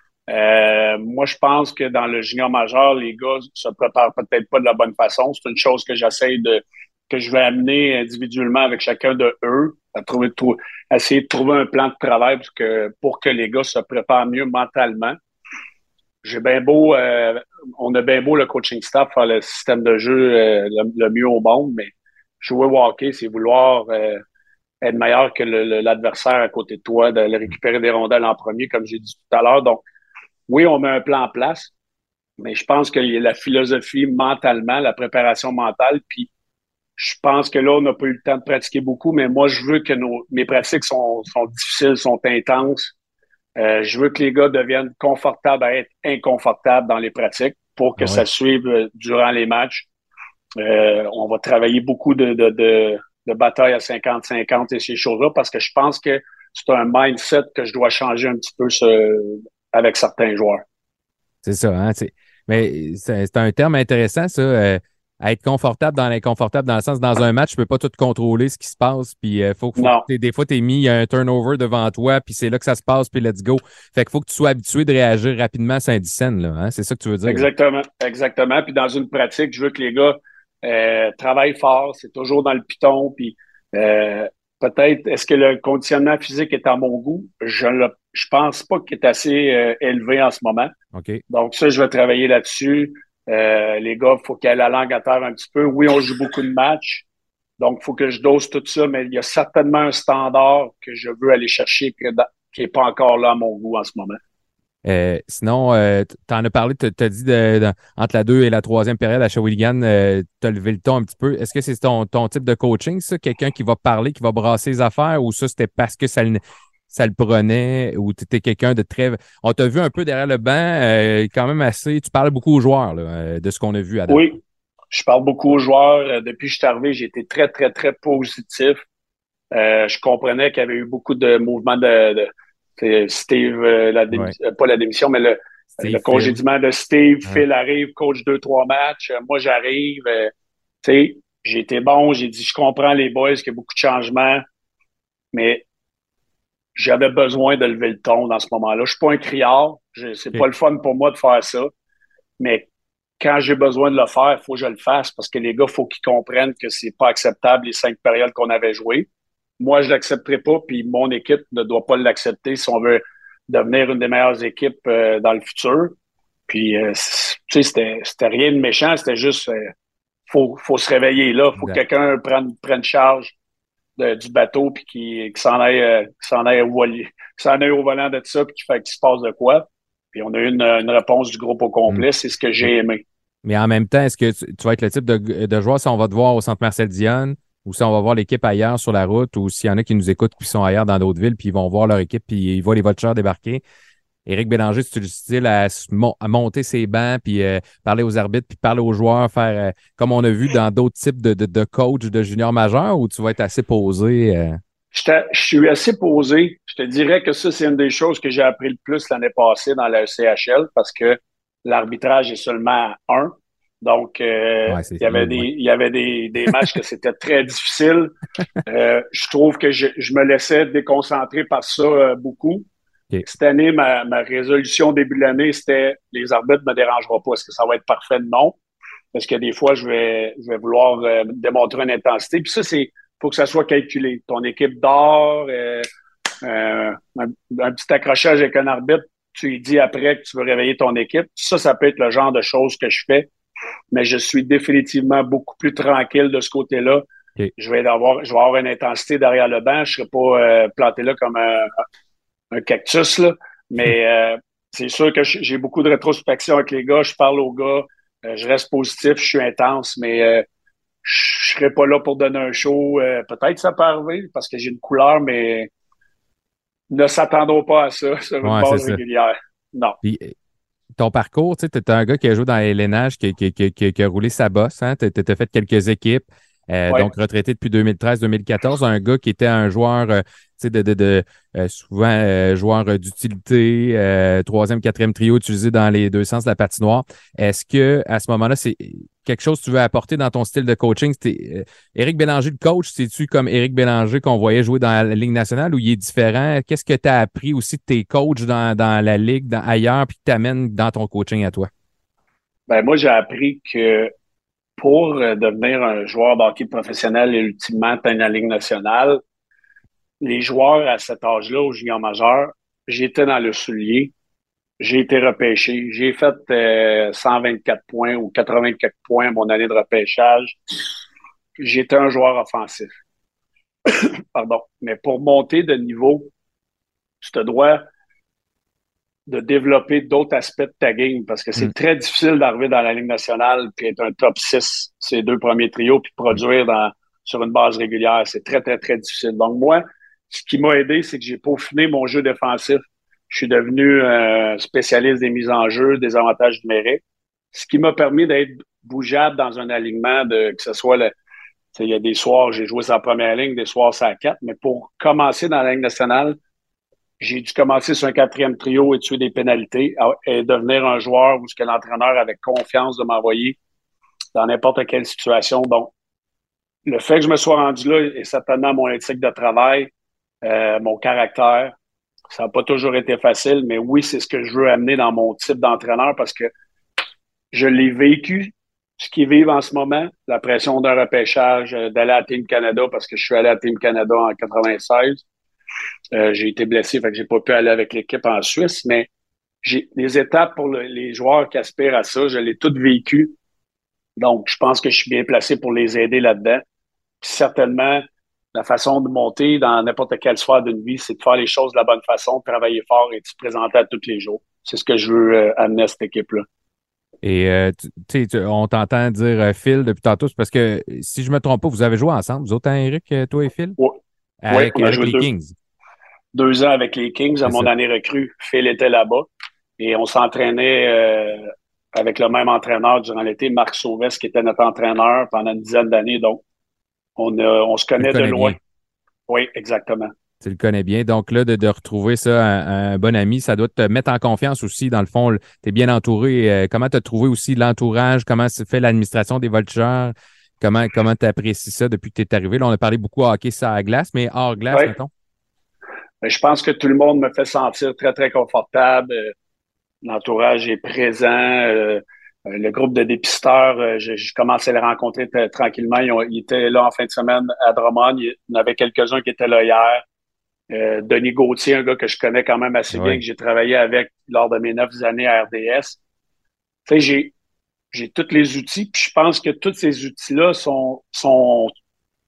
euh, moi, je pense que dans le junior majeur, les gars se préparent peut-être pas de la bonne façon. C'est une chose que j'essaie de, que je vais amener individuellement avec chacun de eux, à trouver, trou- essayer de trouver un plan de travail pour que, pour que les gars se préparent mieux mentalement. J'ai bien beau, euh, on a bien beau le coaching staff faire le système de jeu euh, le, le mieux au monde, mais jouer au hockey, c'est vouloir euh, être meilleur que le- le- l'adversaire à côté de toi, de récupérer des rondelles en premier, comme j'ai dit tout à l'heure. Donc, oui, on met un plan en place, mais je pense que la philosophie mentalement, la préparation mentale, puis je pense que là, on n'a pas eu le temps de pratiquer beaucoup, mais moi, je veux que nos, mes pratiques sont, sont difficiles, sont intenses. Euh, je veux que les gars deviennent confortables à être inconfortables dans les pratiques pour que Ah oui. ça suive euh, durant les matchs. Euh, on va travailler beaucoup de, de, de, de batailles à cinquante cinquante et ces choses-là parce que je pense que c'est un mindset que je dois changer un petit peu ce, avec certains joueurs. C'est ça, hein. C'est, mais c'est, c'est un terme intéressant, ça. Euh, à être confortable dans l'inconfortable, dans le sens, dans un match, tu peux pas tout contrôler ce qui se passe. Puis, euh, faut, faut que Non, t'aies- des fois, tu es mis, il y a un turnover devant toi, puis c'est là que ça se passe, puis let's go. Fait qu'il faut que tu sois habitué de réagir rapidement à Saint-Dicenne, là. Hein? C'est ça que tu veux dire. exactement, exactement. Puis dans une pratique, je veux que les gars euh, travaillent fort, c'est toujours dans le piton. Puis euh, peut-être, est-ce que le conditionnement physique est à mon goût? Je ne je pense pas qu'il est assez euh, élevé en ce moment. OK. Donc ça, je vais travailler là-dessus. Euh, les gars, il faut qu'ils aient la langue à terre un petit peu. Oui, on joue beaucoup de matchs. Donc, il faut que je dose tout ça, mais il y a certainement un standard que je veux aller chercher que dans- qui n'est pas encore là à mon goût en ce moment. Euh, sinon, euh, tu en as parlé, tu as dit de, de- entre la deux et la troisième période à Shawinigan, euh, tu as levé le ton un petit peu. Est-ce que c'est ton, ton type de coaching, ça? Quelqu'un qui va parler, qui va brasser les affaires, ou ça, c'était parce que ça le, ça le prenait, ou tu étais quelqu'un de très. On t'a vu un peu derrière le banc, euh, quand même assez. Tu parles beaucoup aux joueurs, là, euh, de ce qu'on a vu à date. Oui, je parle beaucoup aux joueurs. Euh, Depuis que je suis arrivé, j'ai été très, très, très positif. Euh, je comprenais qu'il y avait eu beaucoup de mouvements de, de c'est Steve, euh, la Ouais. démi- euh, pas la démission, mais le, Steve le Phil. congédiement de Steve. Ouais. Phil arrive, coach deux, trois matchs. Euh, moi, j'arrive. Euh, tu sais, j'ai été bon. J'ai dit, je comprends les boys, qu'il y a beaucoup de changements, mais j'avais besoin de lever le ton dans ce moment-là. Je suis pas un criard. Je, c'est OK. pas le fun pour moi de faire ça, mais quand j'ai besoin de le faire, il faut que je le fasse parce que les gars, il faut qu'ils comprennent que c'est pas acceptable les cinq périodes qu'on avait jouées. Moi, je l'accepterai pas, puis mon équipe ne doit pas l'accepter si on veut devenir une des meilleures équipes euh, dans le futur. Puis, euh, tu sais, c'était, c'était rien de méchant, c'était juste, euh, faut, faut se réveiller là, faut que Exact. quelqu'un prenne, prenne charge de- du bateau puis qui, qui s'en aille, euh, qui s'en aille au voilier, qui s'en aille au volant de ça puis qui fait qu'il se passe de quoi. Puis on a eu une, une réponse du groupe au Mm. complet, c'est ce que j'ai aimé. Mais en même temps, est-ce que tu, tu vas être le type de, de joueur si on va te voir au centre Marcel Dionne ou si on va voir l'équipe ailleurs sur la route ou s'il y en a qui nous écoutent qui sont ailleurs dans d'autres villes puis ils vont voir leur équipe puis ils voient les Voltigeurs débarquer. Éric Bélanger, c'est le style à, à monter ses bancs puis euh, parler aux arbitres puis parler aux joueurs, faire euh, comme on a vu dans d'autres types de, de, de coachs de juniors majeurs ou tu vas être assez posé? Euh... Je, je suis assez posé. Je te dirais que ça, c'est une des choses que j'ai appris le plus l'année passée dans la E C H L parce que l'arbitrage est seulement un. Donc, euh, ouais, il y avait, des, ouais. il y avait des, des matchs que c'était très difficile. Euh, je trouve que je, je me laissais déconcentrer par ça euh, beaucoup. Okay. Cette année, ma, ma résolution début de l'année, c'était les arbitres ne me dérangeront pas. Est-ce que ça va être parfait? Non. Parce que des fois, je vais, je vais vouloir euh, démontrer une intensité. Puis ça, c'est faut que ça soit calculé. Ton équipe dort, euh, euh, un, un petit accrochage avec un arbitre, tu lui dis après que tu veux réveiller ton équipe. Ça, ça peut être le genre de choses que je fais. Mais je suis définitivement beaucoup plus tranquille de ce côté-là. Okay. Je vais avoir, je vais avoir une intensité derrière le banc. Je ne serai pas euh, planté là comme un, un cactus, là. Mais euh, c'est sûr que j'ai beaucoup de rétrospection avec les gars. Je parle aux gars. Euh, je reste positif. Je suis intense. Mais euh, je ne serai pas là pour donner un show. Euh, peut-être que ça peut arriver parce que j'ai une couleur, mais ne s'attendront pas à ça sur une ouais, base régulière. Non. Puis, ton parcours, tu sais, tu es un gars qui a joué dans l'L N H, qui, qui, qui, qui, qui a roulé sa bosse, hein? Tu as fait quelques équipes, euh, ouais. donc retraité depuis deux mille treize deux mille quatorze, un gars qui était un joueur, euh, tu sais, de, de, de euh, souvent euh, joueur d'utilité, euh, troisième, quatrième trio utilisé dans les deux sens de la patinoire. Est-ce que à ce moment-là, c'est quelque chose que tu veux apporter dans ton style de coaching? Euh, Éric Bélanger, le coach, c'est-tu comme Éric Bélanger qu'on voyait jouer dans la Ligue nationale ou il est différent? Qu'est-ce que tu as appris aussi de tes coachs dans, dans la Ligue, dans, ailleurs, puis que tu amènes dans ton coaching à toi? Ben, moi, j'ai appris que pour devenir un joueur de hockey professionnel et ultimement atteindre la Ligue nationale, les joueurs à cet âge-là, au junior majeur, j'étais dans le soulier, j'ai été repêché, j'ai fait euh, cent vingt-quatre points ou quatre-vingt-quatre points à mon année de repêchage. J'étais un joueur offensif. Pardon. Mais pour monter de niveau, tu te dois de développer d'autres aspects de ta game parce que c'est mm. très difficile d'arriver dans la Ligue nationale puis être un top six, ces deux premiers trios, puis produire dans, sur une base régulière. C'est très, très, très difficile. Donc, moi, ce qui m'a aidé, c'est que j'ai peaufiné mon jeu défensif. Je suis devenu un spécialiste des mises en jeu, des avantages numériques, ce qui m'a permis d'être bougeable dans un alignement, de que ce soit le. Il y a des soirs, j'ai joué sur la première ligne, des soirs sur la quatre, mais pour commencer dans la Ligue nationale, j'ai dû commencer sur un quatrième trio et tuer des pénalités et devenir un joueur où ce que l'entraîneur avait confiance de m'envoyer dans n'importe quelle situation. Donc, le fait que je me sois rendu là est certainement mon éthique de travail, euh, mon caractère. Ça n'a pas toujours été facile, mais oui, c'est ce que je veux amener dans mon type d'entraîneur parce que je l'ai vécu, ce qu'ils vivent en ce moment, la pression d'un repêchage, d'aller à Team Canada parce que je suis allé à Team Canada en quatre-vingt-seize. Euh, j'ai été blessé, fait que j'ai pas pu aller avec l'équipe en Suisse, mais j'ai les étapes pour le, les joueurs qui aspirent à ça, je l'ai toutes vécues. Donc, je pense que je suis bien placé pour les aider là-dedans. Puis certainement, la façon de monter dans n'importe quelle sphère d'une vie, c'est de faire les choses de la bonne façon, de travailler fort et de se présenter à tous les jours. C'est ce que je veux euh, amener à cette équipe-là. Et euh, tu sais, on t'entend dire euh, Phil depuis tantôt, c'est parce que si je me trompe pas, vous avez joué ensemble, vous autres, hein, Éric, toi et Phil? Oui. Avec, oui, on a avec joué les deux, Kings. Deux ans avec les Kings, à mon ça. année recrue. Phil était là-bas. Et on s'entraînait euh, avec le même entraîneur durant l'été, Marc Sauvès, qui était notre entraîneur pendant une dizaine d'années. Donc, on, a, on se connaît de loin. Bien. Oui, exactement. Tu le connais bien. Donc là, de, de retrouver ça, un, un bon ami, ça doit te mettre en confiance aussi. Dans le fond, tu es bien entouré. Euh, comment tu as trouvé aussi l'entourage? Comment se fait l'administration des Voltigeurs? Comment comment tu apprécies ça depuis que tu es arrivé? Là, on a parlé beaucoup de hockey sur la glace, mais hors glace, oui. mettons. Je pense que tout le monde me fait sentir très, très confortable. L'entourage est présent. Euh, le groupe de dépisteurs, euh, je, je commençais à les rencontrer t- tranquillement. Ils, ont, ils étaient là en fin de semaine à Drummond. Il y en avait quelques-uns qui étaient là hier. Euh, Denis Gauthier, un gars que je connais quand même assez oui. bien, que j'ai travaillé avec lors de mes neuf années à R D S. Tu sais, j'ai, j'ai tous les outils. Puis je pense que tous ces outils-là sont, sont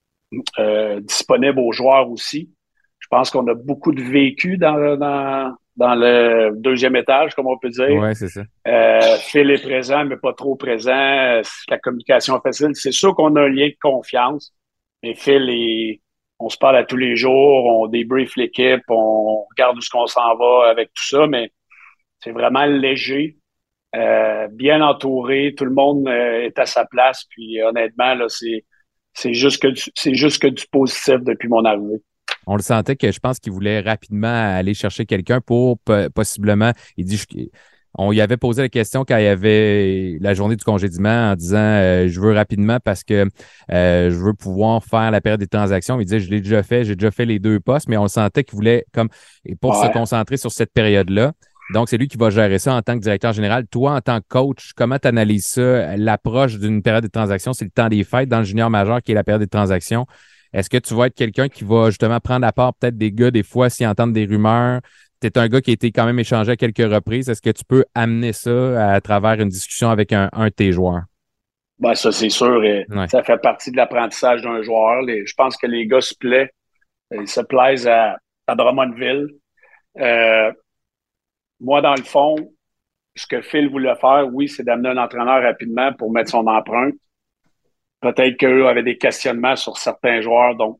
euh, disponibles aux joueurs aussi. Je pense qu'on a beaucoup de vécu dans, dans, dans le deuxième étage, comme on peut dire. Ouais, c'est ça. Euh, Phil est présent, mais pas trop présent. La communication est facile. C'est sûr qu'on a un lien de confiance, mais Phil, est, on se parle à tous les jours, on débrief l'équipe, on regarde où est-ce qu'on s'en va avec tout ça, mais c'est vraiment léger, euh, bien entouré, tout le monde euh, est à sa place, puis honnêtement, là, c'est, c'est juste que du, c'est juste que du positif depuis mon arrivée. On le sentait que je pense qu'il voulait rapidement aller chercher quelqu'un pour possiblement, il dit, je, on lui avait posé la question quand il y avait la journée du congédiement en disant euh, je veux rapidement parce que euh, je veux pouvoir faire la période des transactions. Il disait je l'ai déjà fait, j'ai déjà fait les deux postes, mais on le sentait qu'il voulait comme et pour ouais. se concentrer sur cette période-là. Donc, c'est lui qui va gérer ça en tant que directeur général. Toi, en tant que coach, comment tu analyses ça? L'approche d'une période de transaction, c'est le temps des fêtes dans le junior majeur qui est la période des transactions. Est-ce que tu vas être quelqu'un qui va justement prendre à part peut-être des gars, des fois, s'ils entendent des rumeurs? Tu es un gars qui a été quand même échangé à quelques reprises. Est-ce que tu peux amener ça à travers une discussion avec un, un de tes joueurs? Ben, ça, c'est sûr. Et ouais. Ça fait partie de l'apprentissage d'un joueur. Les, je pense que les gars se plaisent. Ils se plaisent à, à Drummondville. Euh, moi, dans le fond, ce que Phil voulait faire, oui, c'est d'amener un entraîneur rapidement pour mettre son empreinte. Peut-être qu'eux avaient des questionnements sur certains joueurs, donc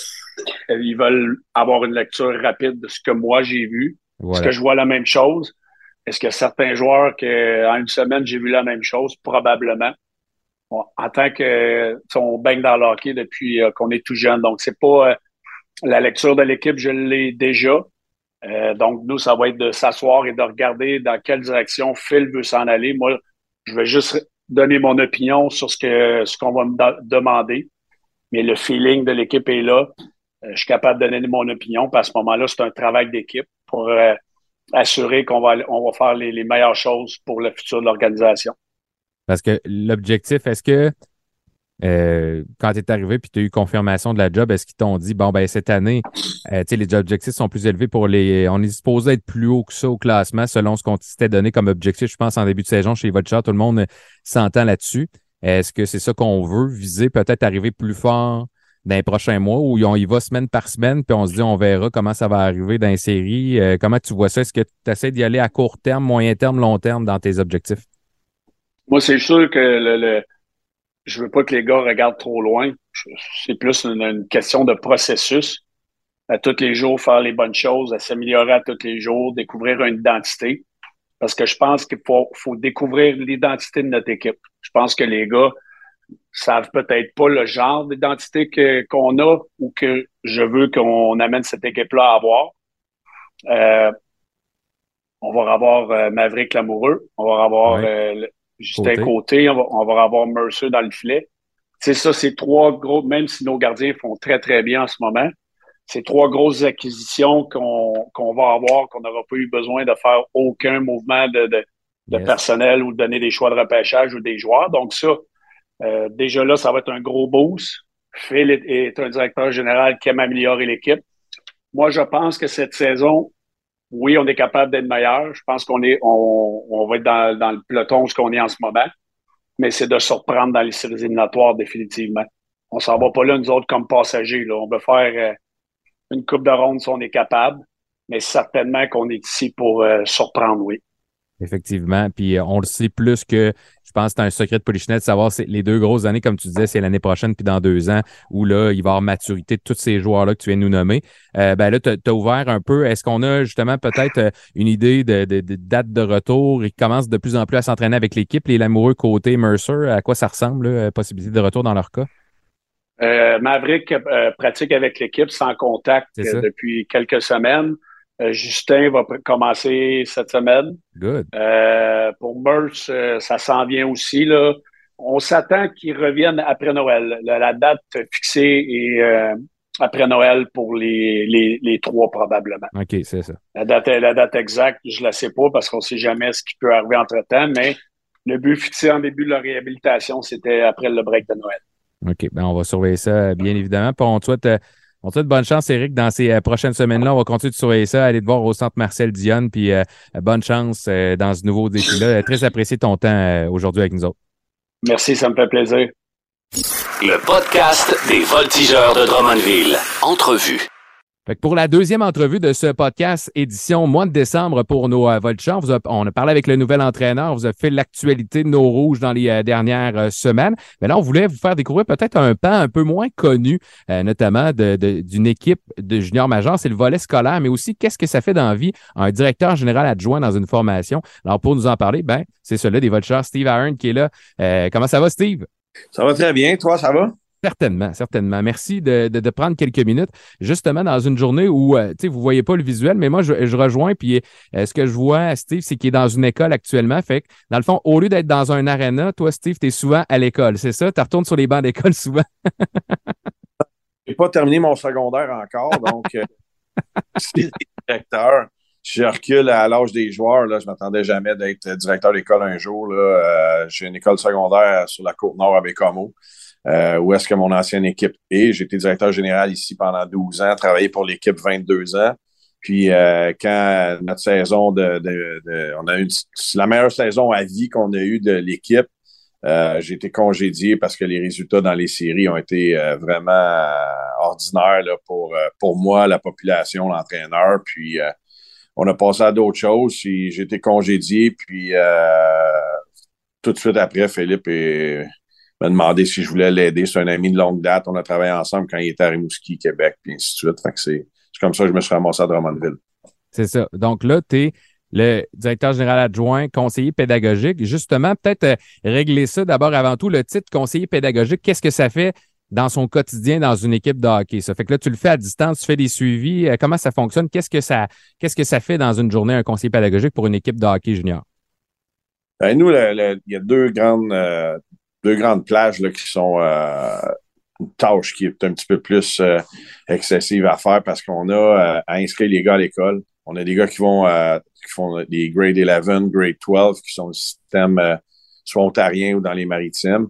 ils veulent avoir une lecture rapide de ce que moi j'ai vu. Voilà. Est-ce que je vois la même chose? Est-ce que certains joueurs qu'en une semaine, j'ai vu la même chose? Probablement. Bon, en tant que on baigne dans le hockey depuis euh, qu'on est tout jeune. Donc, c'est pas euh, la lecture de l'équipe, je l'ai déjà. Euh, donc, nous, ça va être de s'asseoir et de regarder dans quelle direction Phil veut s'en aller. Moi, je vais juste donner mon opinion sur ce que ce qu'on va me do- demander. Mais le feeling de l'équipe est là. Euh, je suis capable de donner mon opinion. Puis à ce moment-là, c'est un travail d'équipe pour euh, assurer qu'on va on va faire les, les meilleures choses pour le futur de l'organisation. Parce que l'objectif, est-ce que euh, quand tu es arrivé puis tu as eu confirmation de la job, est-ce qu'ils t'ont dit, bon, ben cette année, euh, tu sais, les objectifs sont plus élevés pour les... On est supposé être plus haut que ça au classement selon ce qu'on s'était donné comme objectif, je pense, en début de saison chez les Voltigeurs. Tout le monde s'entend là-dessus. Est-ce que c'est ça qu'on veut viser, peut-être arriver plus fort dans les prochains mois où on y va semaine par semaine puis on se dit, on verra comment ça va arriver dans les séries. Euh, comment tu vois ça? Est-ce que tu essaies d'y aller à court terme, moyen terme, long terme dans tes objectifs? Moi, c'est sûr que le, le je veux pas que les gars regardent trop loin. C'est plus une, une question de processus. À tous les jours, faire les bonnes choses, à s'améliorer à tous les jours, découvrir une identité. Parce que je pense qu'il faut, faut découvrir l'identité de notre équipe. Je pense que les gars savent peut-être pas le genre d'identité que, qu'on a ou que je veux qu'on amène cette équipe-là à avoir. Euh, on va avoir euh, Maverick Lamoureux, on va avoir ouais. euh, Justin Côté, Côté on, va, on va avoir Mercer dans le filet. C'est ça, c'est trois gros, même si nos gardiens font très, très bien en ce moment, c'est trois grosses acquisitions qu'on, qu'on va avoir, qu'on n'aura pas eu besoin de faire aucun mouvement de, de, de yes. personnel ou de donner des choix de repêchage ou des joueurs. Donc ça, euh, déjà là, ça va être un gros boost. Phil est, est un directeur général qui aime améliorer l'équipe. Moi, je pense que cette saison, oui, on est capable d'être meilleur. Je pense qu'on est, on, on va être dans, dans le peloton ce qu'on est en ce moment. Mais c'est de surprendre dans les séries éliminatoires définitivement. On s'en va pas là, nous autres, comme passagers. Là. On veut faire euh, une coupe de ronde si on est capable, mais certainement qu'on est ici pour euh, surprendre, oui. Effectivement. Puis euh, on le sait plus que, je pense que c'est un secret de Polichinelle de savoir c'est les deux grosses années, comme tu disais, c'est l'année prochaine puis dans deux ans, où là, il va y avoir maturité de tous ces joueurs-là que tu viens de nous nommer. Euh, ben là, tu as ouvert un peu. Est-ce qu'on a justement peut-être une idée de, de, de date de retour? Ils commencent de plus en plus à s'entraîner avec l'équipe. Les Lamoureux côté Mercer, à quoi ça ressemble, là, possibilité de retour dans leur cas? Euh, Maverick euh, pratique avec l'équipe sans contact euh, depuis quelques semaines. Euh, Justin va pr- commencer cette semaine. Good. Euh, pour Merce, euh, ça s'en vient aussi. Là. On s'attend qu'ils reviennent après Noël. La, la date fixée est euh, après Noël pour les, les, les trois probablement. OK, c'est ça. La date, la date exacte, je la sais pas parce qu'on sait jamais ce qui peut arriver entre-temps, mais le but fixé en début de la réhabilitation, c'était après le break de Noël. OK, ben on va surveiller ça, bien évidemment. Puis on te souhaite, on te souhaite bonne chance, Éric, dans ces euh, prochaines semaines-là. On va continuer de surveiller ça, aller te voir au centre Marcel Dionne, puis euh, bonne chance euh, dans ce nouveau défi-là. Très apprécié ton temps euh, aujourd'hui avec nous autres. Merci, ça me fait plaisir. Le podcast des Voltigeurs de Drummondville. Entrevue. Fait que pour la deuxième entrevue de ce podcast édition mois de décembre pour nos euh, Voltigeurs, vous a- on a parlé avec le nouvel entraîneur, on vous a fait l'actualité de nos rouges dans les euh, dernières euh, semaines. Mais là, on voulait vous faire découvrir peut-être un pan un peu moins connu, euh, notamment de- de- d'une équipe de junior major, c'est le volet scolaire, mais aussi qu'est-ce que ça fait dans la vie un directeur général adjoint dans une formation. Alors pour nous en parler, ben c'est celui des Voltigeurs, Steve Ahern qui est là. Euh, comment ça va, Steve? Ça va très bien. Toi, ça va? Certainement, certainement. Merci de, de, de prendre quelques minutes, justement dans une journée où, euh, tu sais, vous ne voyez pas le visuel, mais moi, je, je rejoins, puis euh, ce que je vois, Steve, c'est qu'il est dans une école actuellement. Fait que, dans le fond, au lieu d'être dans un aréna, toi, Steve, tu es souvent à l'école, c'est ça? Tu retournes sur les bancs d'école souvent? Je n'ai pas terminé mon secondaire encore, donc euh, je suis directeur. Je recule à l'âge des joueurs. Là, je ne m'attendais jamais d'être directeur d'école un jour. Là. Euh, j'ai une école secondaire sur la Côte-Nord à Bécamo. Euh, où est-ce que mon ancienne équipe est. J'ai été directeur général ici pendant douze ans, travaillé pour l'équipe vingt-deux ans. Puis euh, quand notre saison de, de, de on a eu la meilleure saison à vie qu'on a eue de l'équipe, euh, j'ai été congédié parce que les résultats dans les séries ont été euh, vraiment euh, ordinaires là, pour, euh, pour moi, la population, l'entraîneur. Puis euh, on a passé à d'autres choses. Puis j'ai été congédié. Puis euh, tout de suite après, Philippe est m'a demandé si je voulais l'aider. C'est un ami de longue date. On a travaillé ensemble quand il était à Rimouski, Québec, puis ainsi de suite. Fait que c'est, c'est comme ça que je me suis ramassé à Drummondville. C'est ça. Donc là, tu es le directeur général adjoint, conseiller pédagogique. Justement, peut-être euh, régler ça d'abord avant tout. Le titre conseiller pédagogique, qu'est-ce que ça fait dans son quotidien dans une équipe de hockey? Ça fait que là, tu le fais à distance, tu fais des suivis. Euh, comment ça fonctionne? Qu'est-ce que ça, qu'est-ce que ça fait dans une journée, un conseiller pédagogique pour une équipe de hockey junior? Ben, nous, le, le, il y a deux grandes, euh, deux grandes plages là, qui sont euh, une tâche qui est un petit peu plus euh, excessive à faire parce qu'on a euh, à inscrire les gars à l'école. On a des gars qui vont euh, qui font des grade onze, grade douze, qui sont au système euh, soit ontarien ou dans les maritimes.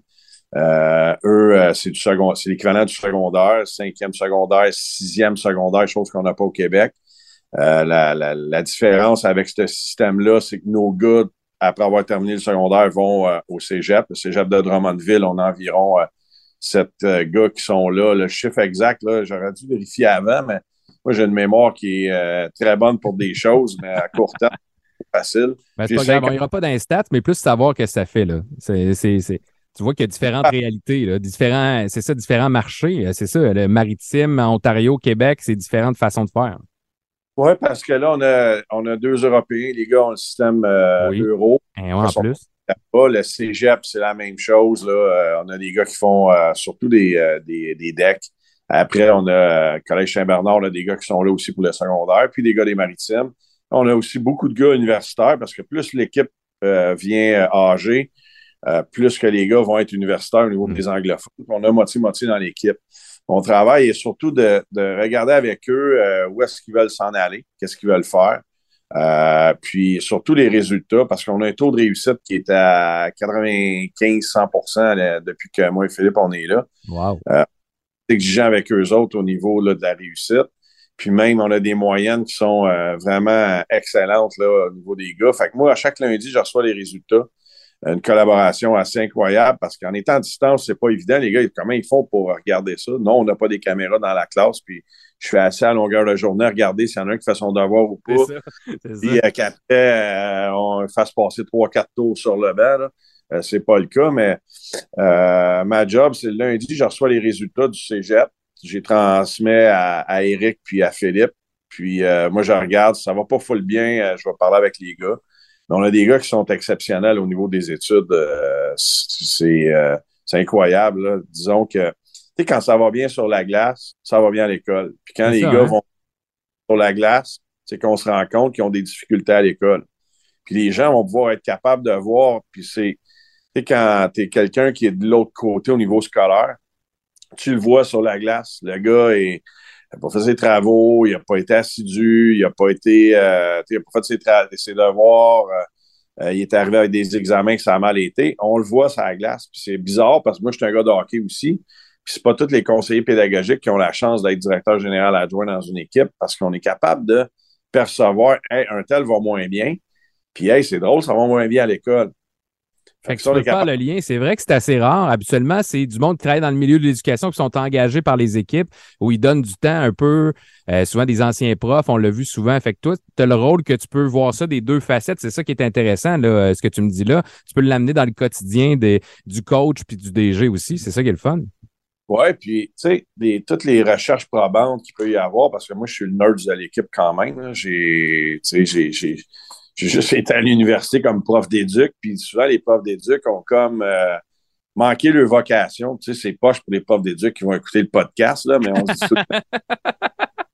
Euh, eux, euh, c'est du second, c'est l'équivalent du secondaire, cinquième secondaire, sixième secondaire, chose qu'on n'a pas au Québec. Euh, la, la, la différence avec ce système-là, c'est que nos gars, après avoir terminé le secondaire, vont euh, au cégep. Le cégep de Drummondville, on a environ euh, sept euh, gars qui sont là. Le chiffre exact, là, j'aurais dû vérifier avant, mais moi, j'ai une mémoire qui est euh, très bonne pour des choses, mais à court terme, c'est facile. Ben, c'est pas grave, on n'ira pas dans les stats, mais plus savoir ce que ça fait. Là. C'est, c'est, c'est... Tu vois qu'il y a différentes ah. réalités, là, différents, c'est ça, différents marchés. C'est ça, le maritime, Ontario, Québec, c'est différentes façons de faire. Oui, parce que là, on a, on a deux Européens. Les gars ont le système euh, oui. euro. Et ouais, en plus. Pas. Le cégep, c'est la même chose. Là. Euh, on a des gars qui font euh, surtout des, euh, des, des decks. Après, on a euh, Collège Saint-Bernard, on a des gars qui sont là aussi pour le secondaire, puis des gars des maritimes. On a aussi beaucoup de gars universitaires parce que plus l'équipe euh, vient euh, âgée, euh, plus que les gars vont être universitaires au niveau mmh. des anglophones. On a moitié-moitié dans l'équipe. Mon travail est surtout de, de regarder avec eux euh, où est-ce qu'ils veulent s'en aller, qu'est-ce qu'ils veulent faire. Euh, puis surtout les résultats, parce qu'on a un taux de réussite qui est à quatre-vingt-quinze à cent pour cent là, depuis que moi et Philippe, on est là. Wow. Euh, c'est exigeant avec eux autres au niveau là, de la réussite. Puis même, on a des moyennes qui sont euh, vraiment excellentes là, au niveau des gars. Fait que moi, à chaque lundi, je reçois les résultats. Une collaboration assez incroyable parce qu'en étant à distance, c'est pas évident. Les gars, comment ils font pour regarder ça? Non, on n'a pas des caméras dans la classe, puis je fais assez à longueur de journée à regarder s'il y en a un qui fait son devoir ou pas. C'est ça. C'est puis euh, qu'après, euh, on fasse passer trois, quatre tours sur le banc. Là. Euh, c'est pas le cas, mais euh, ma job, c'est le lundi, je reçois les résultats du cégep. J'ai transmets à, à Eric puis à Philippe. Puis euh, moi, je regarde, ça va pas full bien, euh, je vais parler avec les gars. Mais on a des gars qui sont exceptionnels au niveau des études. Euh, c'est, euh, c'est incroyable. Là. Disons que, tu sais, quand ça va bien sur la glace, ça va bien à l'école. Puis quand c'est les ça, gars hein? vont sur la glace, c'est qu'on se rend compte qu'ils ont des difficultés à l'école. Puis les gens vont pouvoir être capables de voir. Puis c'est, tu sais, quand tu es quelqu'un qui est de l'autre côté au niveau scolaire, tu le vois sur la glace. Le gars est... Il n'a pas fait ses travaux, il n'a pas été assidu, il n'a pas été, euh, il n'a pas fait ses, tra- ses devoirs, euh, il est arrivé avec des examens que ça a mal été. On le voit sur la glace. Puis c'est bizarre parce que moi, je suis un gars de hockey aussi. Puis c'est pas tous les conseillers pédagogiques qui ont la chance d'être directeur général adjoint dans une équipe parce qu'on est capable de percevoir, hey, un tel va moins bien. Puis hey, c'est drôle, ça va moins bien à l'école. Fait que tu peux faire le lien. C'est vrai que c'est assez rare. Habituellement, c'est du monde qui travaille dans le milieu de l'éducation qui sont engagés par les équipes où ils donnent du temps un peu, euh, souvent des anciens profs, on l'a vu souvent. Fait que toi, tu as le rôle que tu peux voir ça des deux facettes. C'est ça qui est intéressant, là, ce que tu me dis là. Tu peux l'amener dans le quotidien des, du coach puis du D G aussi. C'est ça qui est le fun. Oui, puis, tu sais, toutes les recherches probantes qu'il peut y avoir, parce que moi, je suis le nerd de l'équipe quand même. Là. J'ai, tu sais, j'ai, j'ai, j'ai juste été à l'université comme prof d'éduc, puis souvent, les profs d'éduc ont comme euh, manqué leur vocation. Tu sais, c'est poche pour les profs d'éduc qui vont écouter le podcast, là, mais on se dit tout le temps.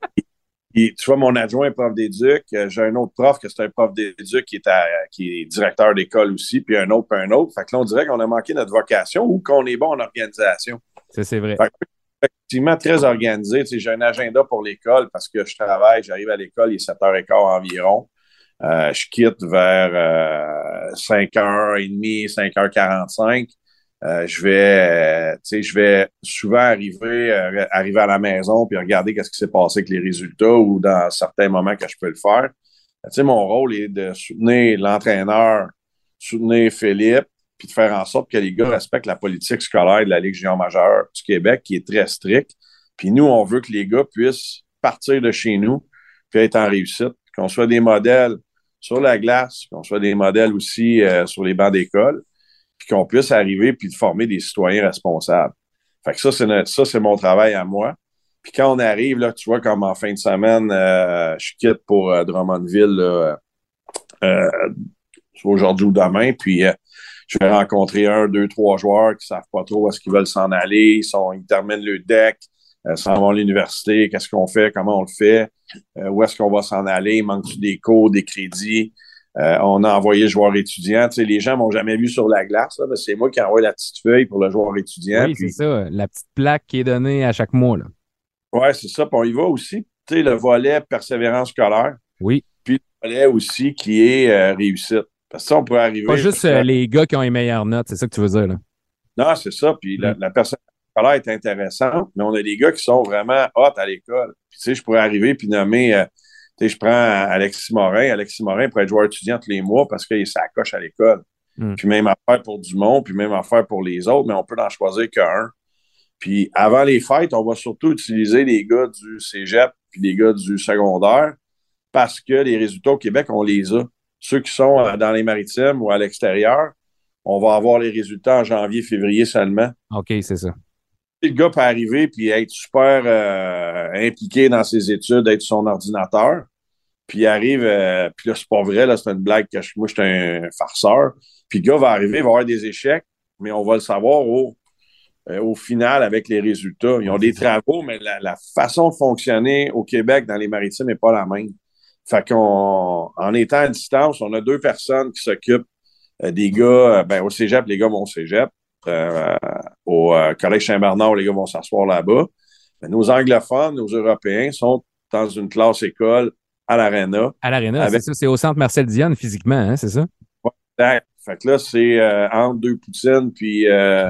Et, tu vois, mon adjoint est prof d'éduc. J'ai un autre prof que c'est un prof d'éduc qui est, à, qui est directeur d'école aussi, puis un autre, puis un autre. Fait que là, on dirait qu'on a manqué notre vocation ou qu'on est bon en organisation. Ça, c'est vrai. Fait que, effectivement, très organisé. Tu sais, j'ai un agenda pour l'école parce que je travaille, j'arrive à l'école, il est sept heures quinze environ. Euh, je quitte vers euh, cinq heures trente, cinq heures quarante-cinq. Euh, je vais, euh, tu sais, je vais souvent arriver, euh, arriver à la maison puis regarder qu'est-ce qui s'est passé avec les résultats ou dans certains moments que je peux le faire. Tu sais, mon rôle est de soutenir l'entraîneur, soutenir Philippe, puis de faire en sorte que les gars respectent la politique scolaire de la Ligue junior majeure du Québec, qui est très stricte. Puis nous, on veut que les gars puissent partir de chez nous puis être en réussite, qu'on soit des modèles sur la glace, qu'on soit des modèles aussi euh, sur les bancs d'école, puis qu'on puisse arriver puis de former des citoyens responsables. Fait que ça, c'est notre, ça, c'est mon travail à moi. Puis quand on arrive, là, tu vois, comme en fin de semaine, euh, je quitte pour euh, Drummondville là, euh, aujourd'hui ou demain, puis euh, je vais rencontrer un, deux, trois joueurs qui ne savent pas trop où est-ce qu'ils veulent s'en aller. Ils, sont, ils terminent le deck, euh, s'en vont à l'université, qu'est-ce qu'on fait, comment on le fait, euh, où est-ce qu'on va s'en aller, manque-tu des cours, des crédits. Euh, on a envoyé joueurs étudiants. Tu sais, les gens ne m'ont jamais vu sur la glace. Là, mais c'est moi qui envoie la petite feuille pour le joueur étudiant. Oui, puis... c'est ça, la petite plaque qui est donnée à chaque mois. Oui, c'est ça. Puis on y va aussi. Tu sais, le volet persévérance scolaire. Oui. Puis le volet aussi qui est euh, réussite. Parce que ça, on pourrait arriver... Pas juste euh, les gars qui ont les meilleures notes, c'est ça que tu veux dire, là. Non, c'est ça. Puis mm. la, la persévérance scolaire est intéressante, mais on a des gars qui sont vraiment hot à l'école. Puis tu sais, je pourrais arriver puis nommer... Euh, tu sais, je prends Alexis Morin. Alexis Morin pourrait être joueur étudiant tous les mois parce qu'il s'accroche à l'école. Mm. Puis même affaire pour Dumont, puis même affaire pour les autres, mais on peut en choisir qu'un. Puis avant les fêtes, on va surtout utiliser les gars du cégep puis les gars du secondaire parce que les résultats au Québec, on les a. Ceux qui sont dans les maritimes ou à l'extérieur, on va avoir les résultats en janvier, février seulement. OK, c'est ça. Le gars peut arriver puis être super euh, impliqué dans ses études, être son ordinateur, puis il arrive, euh, puis là, c'est pas vrai, là, c'est une blague que je, moi, je suis un farceur. Puis le gars va arriver, il va avoir des échecs, mais on va le savoir au, euh, au final avec les résultats. Ils ont des travaux, mais la, la façon de fonctionner au Québec dans les maritimes n'est pas la même. Fait qu'en en étant à distance, on a deux personnes qui s'occupent euh, des gars, euh, ben au cégep, les gars vont au cégep. Euh, au euh, Collège Saint-Bernard, les gars vont s'asseoir là-bas. Mais nos anglophones, nos Européens sont dans une classe école à l'Arena. À l'Arena, avec... c'est ça, c'est au centre Marcel Dionne physiquement, hein, c'est ça? Ouais, fait que là, c'est euh, entre deux poutines puis euh,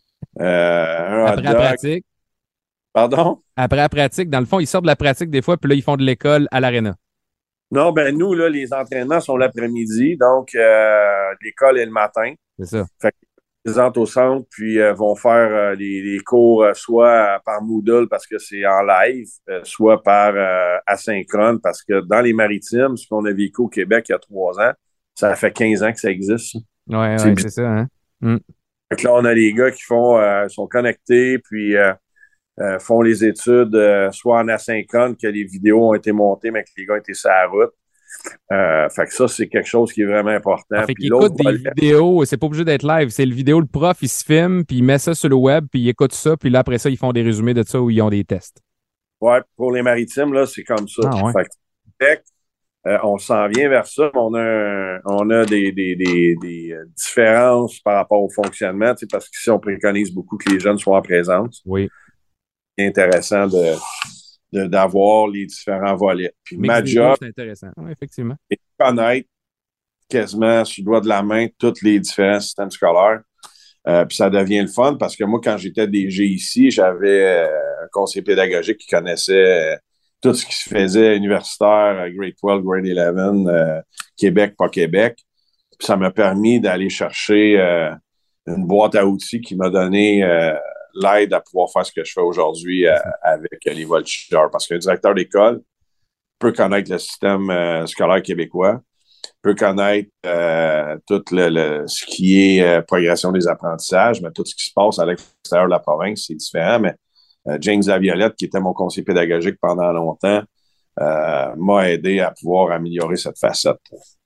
euh, un Après hot dog. la pratique. Pardon? Après la pratique, dans le fond, ils sortent de la pratique des fois, puis là, ils font de l'école à l'Arena. Non, ben nous, là, les entraînements sont l'après-midi, donc euh, l'école est le matin. C'est ça. Fait que présentent au centre, puis euh, vont faire euh, les, les cours euh, soit par Moodle parce que c'est en live, euh, soit par euh, asynchrone parce que dans les maritimes, ce qu'on a vécu au Québec il y a trois ans, ça fait quinze ans que ça existe. Oui, ouais, c'est ça. Hein? Mm. Fait que là, on a les gars qui font euh, sont connectés, puis euh, euh, font les études euh, soit en asynchrone, que les vidéos ont été montées, mais que les gars étaient sur la route. Euh, fait que ça, c'est quelque chose qui est vraiment important. Ah, fait puis qu'il écoute des volet... vidéos, c'est pas obligé d'être live, c'est le vidéo, le prof, il se filme, puis il met ça sur le web, puis il écoute ça, puis là, après ça, ils font des résumés de ça où ils ont des tests. Ouais, pour les maritimes, là, c'est comme ça. Ah, ouais. Fait que, euh, on s'en vient vers ça, mais on a, un, on a des, des, des, des différences par rapport au fonctionnement, parce qu'ici, on préconise beaucoup que les jeunes soient en présence. Oui. C'est intéressant de... De, d'avoir les différents volets. Puis mais ma job, c'est intéressant, oui, effectivement. C'est de connaître quasiment sur le doigt de la main tous les différents systèmes scolaires. Euh, puis ça devient le fun parce que moi, quand j'étais D G ici, j'avais euh, un conseiller pédagogique qui connaissait euh, tout ce qui se faisait universitaire, euh, Grade douze, Grade onze, euh, Québec, pas Québec. Puis ça m'a permis d'aller chercher euh, une boîte à outils qui m'a donné euh, l'aide à pouvoir faire ce que je fais aujourd'hui euh, avec les voltigeurs. Parce qu'un directeur d'école peut connaître le système euh, scolaire québécois, peut connaître euh, tout le, le, ce qui est euh, progression des apprentissages, mais tout ce qui se passe à l'extérieur de la province, c'est différent. Mais euh, James Laviolette, qui était mon conseiller pédagogique pendant longtemps, euh, m'a aidé à pouvoir améliorer cette facette.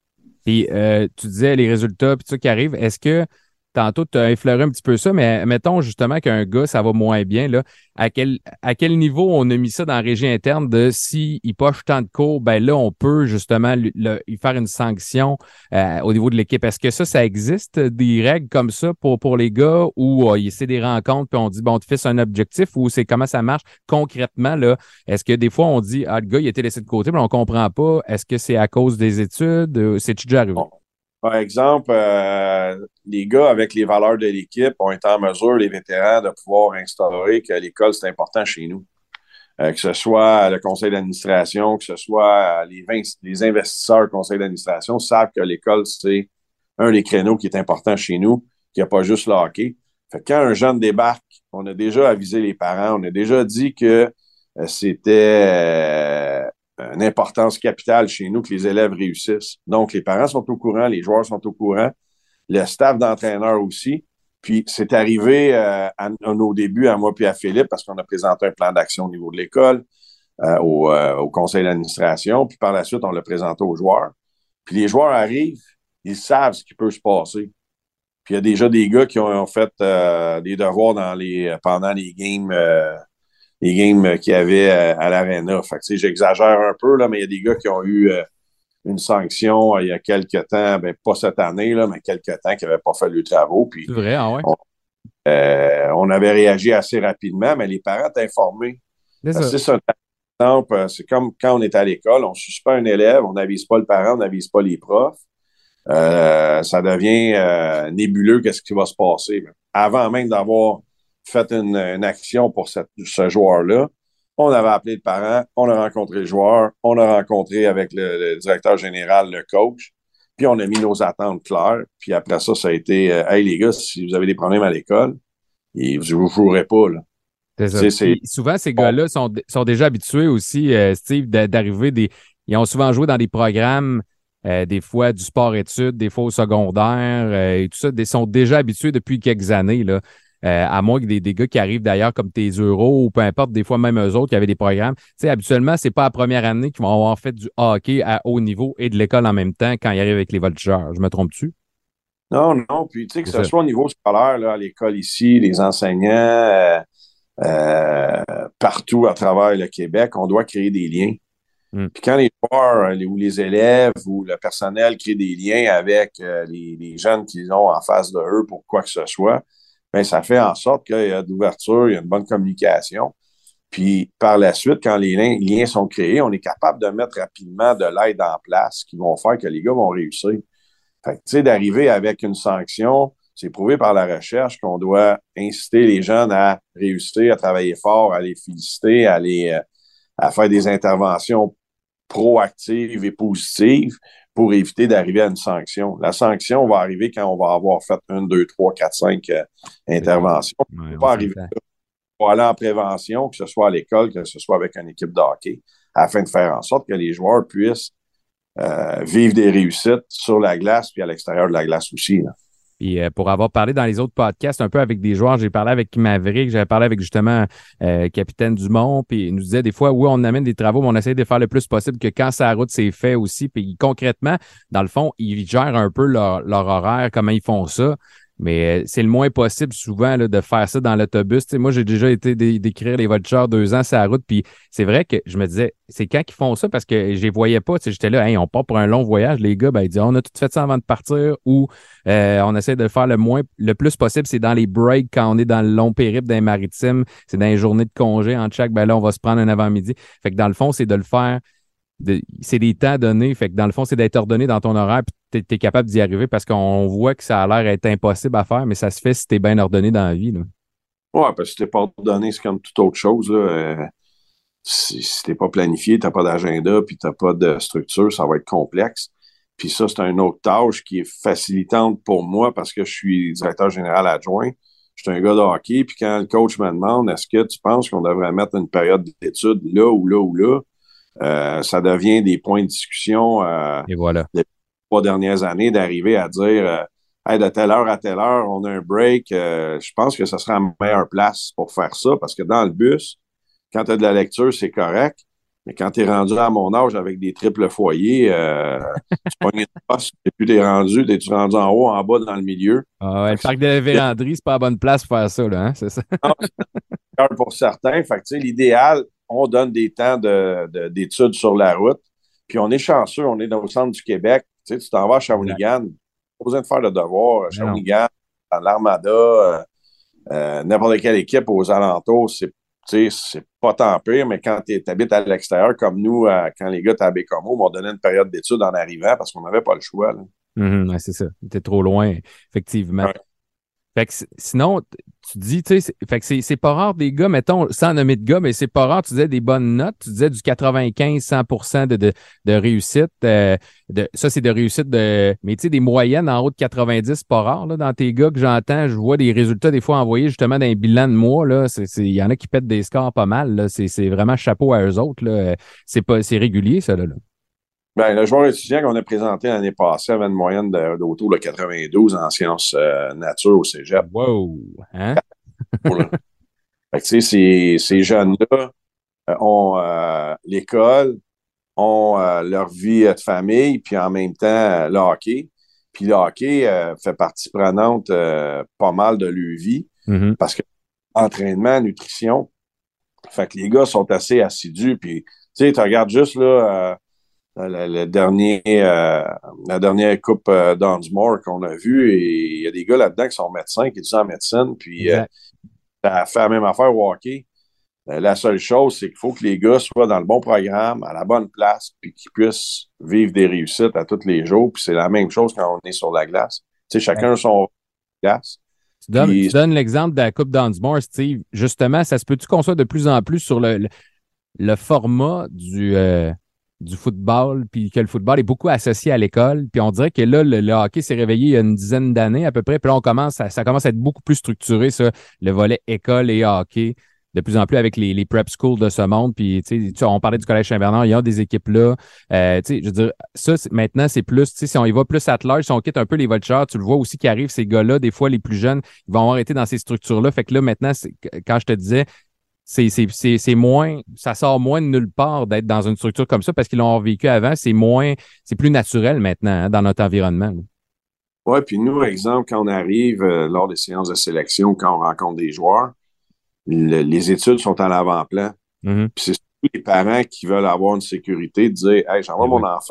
Puis euh, tu disais les résultats, puis tout ça qui arrive. Est-ce que tantôt, tu as effleuré un petit peu ça, mais mettons justement qu'un gars, ça va moins bien, là. À quel, à quel niveau on a mis ça dans la régie interne de s'il poche tant de cours, ben là, on peut justement lui, le, lui faire une sanction euh, au niveau de l'équipe. Est-ce que ça, ça existe, des règles comme ça pour, pour les gars où euh, c'est des rencontres puis on dit, bon, on te fixe un objectif ou c'est comment ça marche concrètement, là? Est-ce que des fois, on dit, ah, le gars, il a été laissé de côté, mais on ne comprend pas. Est-ce que c'est à cause des études? C'est-tu déjà arrivé? Bon. Par exemple, euh, les gars avec les valeurs de l'équipe ont été en mesure, les vétérans, de pouvoir instaurer que l'école, c'est important chez nous. Euh, que ce soit le conseil d'administration, que ce soit les, vingt, les investisseurs du conseil d'administration savent que l'école, c'est un des créneaux qui est important chez nous, qu'il n'y a pas juste le hockey. Fait que quand un jeune débarque, on a déjà avisé les parents, on a déjà dit que euh, c'était... Euh, une importance capitale chez nous que les élèves réussissent. Donc, les parents sont au courant, les joueurs sont au courant, le staff d'entraîneurs aussi. Puis, c'est arrivé euh, à, à nos débuts, à moi puis à Philippe, parce qu'on a présenté un plan d'action au niveau de l'école, euh, au, euh, au conseil d'administration. Puis, par la suite, on l'a présenté aux joueurs. Puis, les joueurs arrivent, ils savent ce qui peut se passer. Puis, il y a déjà des gars qui ont, ont fait euh, des devoirs dans les, pendant les games euh, les games qu'il y avait à l'Arena. Fait que, tu sais, j'exagère un peu, là, mais il y a des gars qui ont eu euh, une sanction euh, il y a quelques temps, ben, pas cette année, là, mais quelques temps, qui n'avaient pas fait le travaux. Puis, c'est vrai, ah ouais? On, euh, on avait réagi assez rapidement, mais les parents étaient informés. C'est ça. C'est un exemple, c'est comme quand on est à l'école, on suspend un élève, on n'avise pas le parent, on n'avise pas les profs. Euh, ça devient euh, nébuleux, qu'est-ce qui va se passer. Avant même d'avoir fait une, une action pour cette, ce joueur-là, on avait appelé le parent, on a rencontré le joueur, on a rencontré avec le, le directeur général, le coach, puis on a mis nos attentes claires. Puis après ça, ça a été euh, « Hey les gars, si vous avez des problèmes à l'école, vous ne jouerez pas. » là. C'est ça. C'est... Souvent, ces gars-là sont, sont déjà habitués aussi, euh, Steve, d'arriver des... Ils ont souvent joué dans des programmes, euh, des fois du sport-études, des fois au secondaire, euh, et tout ça. Ils sont déjà habitués depuis quelques années, là. Euh, à moins que des, des gars qui arrivent d'ailleurs comme tes euros ou peu importe, des fois même eux autres qui avaient des programmes. Tu sais, habituellement, c'est pas la première année qu'ils vont avoir fait du hockey à haut niveau et de l'école en même temps quand ils arrivent avec les voltigeurs. Je me trompe-tu? Non, non. Puis, tu sais, que ce soit au niveau scolaire, là, à l'école ici, les enseignants, euh, euh, partout à travers le Québec, on doit créer des liens. Mm. Puis quand les joueurs ou les élèves ou le personnel créent des liens avec euh, les, les jeunes qu'ils ont en face de eux pour quoi que ce soit, bien, ça fait en sorte qu'il y a de l'ouverture, il y a une bonne communication. Puis, par la suite, quand les liens sont créés, on est capable de mettre rapidement de l'aide en place qui vont faire que les gars vont réussir. Fait que, tu sais, d'arriver avec une sanction, c'est prouvé par la recherche qu'on doit inciter les jeunes à réussir, à travailler fort, à les féliciter, à, les, à faire des interventions proactives et positives pour éviter d'arriver à une sanction. La sanction va arriver quand on va avoir fait une, deux, trois, quatre, cinq euh, interventions. Ouais, on ne va pas arriver là. Pour aller en prévention, que ce soit à l'école, que ce soit avec une équipe de hockey, afin de faire en sorte que les joueurs puissent euh, vivre des réussites sur la glace puis à l'extérieur de la glace aussi. Là. Puis euh, pour avoir parlé dans les autres podcasts un peu avec des joueurs, j'ai parlé avec Maverick, j'avais parlé avec justement euh, Capitaine Dumont, puis il nous disait des fois, oui, on amène des travaux, mais on essaie de faire le plus possible que quand sa route c'est fait aussi. Puis concrètement, dans le fond, ils gèrent un peu leur, leur horaire, comment ils font ça. Mais c'est le moins possible souvent là, de faire ça dans l'autobus. Tu sais, moi, j'ai déjà été dé- d'écrire les voltigeurs deux ans sur la route, puis c'est vrai que je me disais, c'est quand qu'ils font ça parce que je les voyais pas. Tu sais, j'étais là, hey, on part pour un long voyage. Les gars, ben, ils disent, on a tout fait ça avant de partir ou euh, on essaie de le faire le moins, le plus possible. C'est dans les breaks quand on est dans le long périple d'un maritime. C'est dans les journées de congé en chaque, ben là, on va se prendre un avant-midi. Fait que dans le fond, c'est de le faire. De, c'est des temps donnés. Fait que dans le fond, c'est d'être ordonné dans ton horaire puis tu es capable d'y arriver parce qu'on voit que ça a l'air être impossible à faire, mais ça se fait si tu es bien ordonné dans la vie. Là. Oui, parce que si tu n'es pas ordonné, c'est comme toute autre chose. Là. Euh, si si tu n'es pas planifié, tu n'as pas d'agenda puis tu n'as pas de structure, ça va être complexe. Puis ça, c'est une autre tâche qui est facilitante pour moi parce que je suis directeur général adjoint. Je suis un gars de hockey, puis quand le coach me demande est-ce que tu penses qu'on devrait mettre une période d'études là ou là ou là, euh, ça devient des points de discussion euh, Et voilà. les trois dernières années d'arriver à dire euh, hey, de telle heure à telle heure, on a un break. Euh, je pense que ça serait la meilleure place pour faire ça parce que dans le bus, quand tu as de la lecture, c'est correct. Mais quand tu es rendu à mon âge avec des triples foyers, euh, tu pognes une poste, et puis tu es rendu, t'es-tu rendu en haut, en bas, dans le milieu. Ah ouais, le parc de la Vérandrie, c'est pas la bonne place pour faire ça, là, hein? C'est ça. Pour certains, fait que, l'idéal, on donne des temps de, de, d'études sur la route. Puis on est chanceux, on est dans le centre du Québec. Tu sais, tu t'en vas à Shawinigan, pas besoin de faire le devoir. Shawinigan, dans l'Armada, euh, euh, n'importe quelle équipe aux alentours, c'est Tu sais, c'est pas tant pire, mais quand tu habites à l'extérieur, comme nous, euh, quand les gars étaient à Bécomo, m'ont donné une période d'études en arrivant parce qu'on n'avait pas le choix. Là. Mm-hmm, ouais, c'est ça. T'es trop loin, effectivement. Ouais. Fait que sinon, tu dis, tu sais, fait que c'est, c'est pas rare des gars, mettons, sans nommer de gars, mais c'est pas rare, tu disais des bonnes notes, tu disais du quatre-vingt-quinze à cent pour cent de, de, de réussite. Euh, de, ça, c'est de réussite de. Mais tu sais, des moyennes en haut de quatre-vingt-dix, c'est pas rare, là, dans tes gars que j'entends. Je vois des résultats des fois envoyés justement dans un bilan de mois. Là. C'est, c'est, il y en a qui pètent des scores pas mal. Là. C'est, c'est vraiment chapeau à eux autres. Là. C'est pas c'est régulier, ça, là. là. Ben, le joueur étudiant qu'on a présenté l'année passée avait une moyenne de, d'autour de quatre-vingt-douze en sciences euh, nature au cégep. Wow! Hein? Fait que, tu sais, ces, ces jeunes-là euh, ont euh, l'école, ont euh, leur vie de famille, puis en même temps, euh, le hockey. Puis le hockey euh, fait partie prenante euh, pas mal de leur vie Mm-hmm. parce que entraînement, nutrition, fait que les gars sont assez assidus. Puis, tu sais, tu regardes juste là... Euh, Le, le dernier, euh, la dernière coupe euh, d'Hansmore qu'on a vue, et il y a des gars là-dedans qui sont médecins, qui étudient en médecine, puis euh, ça fait la même affaire au hockey. Euh, la seule chose, c'est qu'il faut que les gars soient dans le bon programme, à la bonne place, puis qu'ils puissent vivre des réussites à tous les jours, puis c'est la même chose quand on est sur la glace. Tu sais, chacun ouais. son glace. Tu donnes, puis... tu donnes l'exemple de la Coupe d'Hansmore, Steve. Justement, ça se peut-tu qu'on soit de plus en plus sur le, le, le format du... Euh... du football, puis que le football est beaucoup associé à l'école. Puis on dirait que là, le, le hockey s'est réveillé il y a une dizaine d'années à peu près. Puis là, on commence à, ça commence à être beaucoup plus structuré, ça, le volet école et hockey, de plus en plus avec les, les prep schools de ce monde. Puis, tu sais, on parlait du Collège Saint-Bernard, il y a des équipes là. Euh, tu sais, je veux dire, ça, c'est, maintenant, c'est plus, tu sais, si on y va plus at large, si on quitte un peu les vultures, tu le vois aussi qui arrivent, ces gars-là, des fois, les plus jeunes, ils vont avoir été dans ces structures-là. Fait que là, maintenant, c'est, quand je te disais, C'est, c'est, c'est, c'est moins, ça sort moins de nulle part d'être dans une structure comme ça parce qu'ils l'ont vécu avant. C'est moins, c'est plus naturel maintenant hein, dans notre environnement. Oui, puis nous, exemple, quand on arrive euh, lors des séances de sélection, quand on rencontre des joueurs, le, les études sont à l'avant-plan. Mm-hmm. Puis c'est surtout les parents qui veulent avoir une sécurité de dire hey, j'envoie mon oui. enfant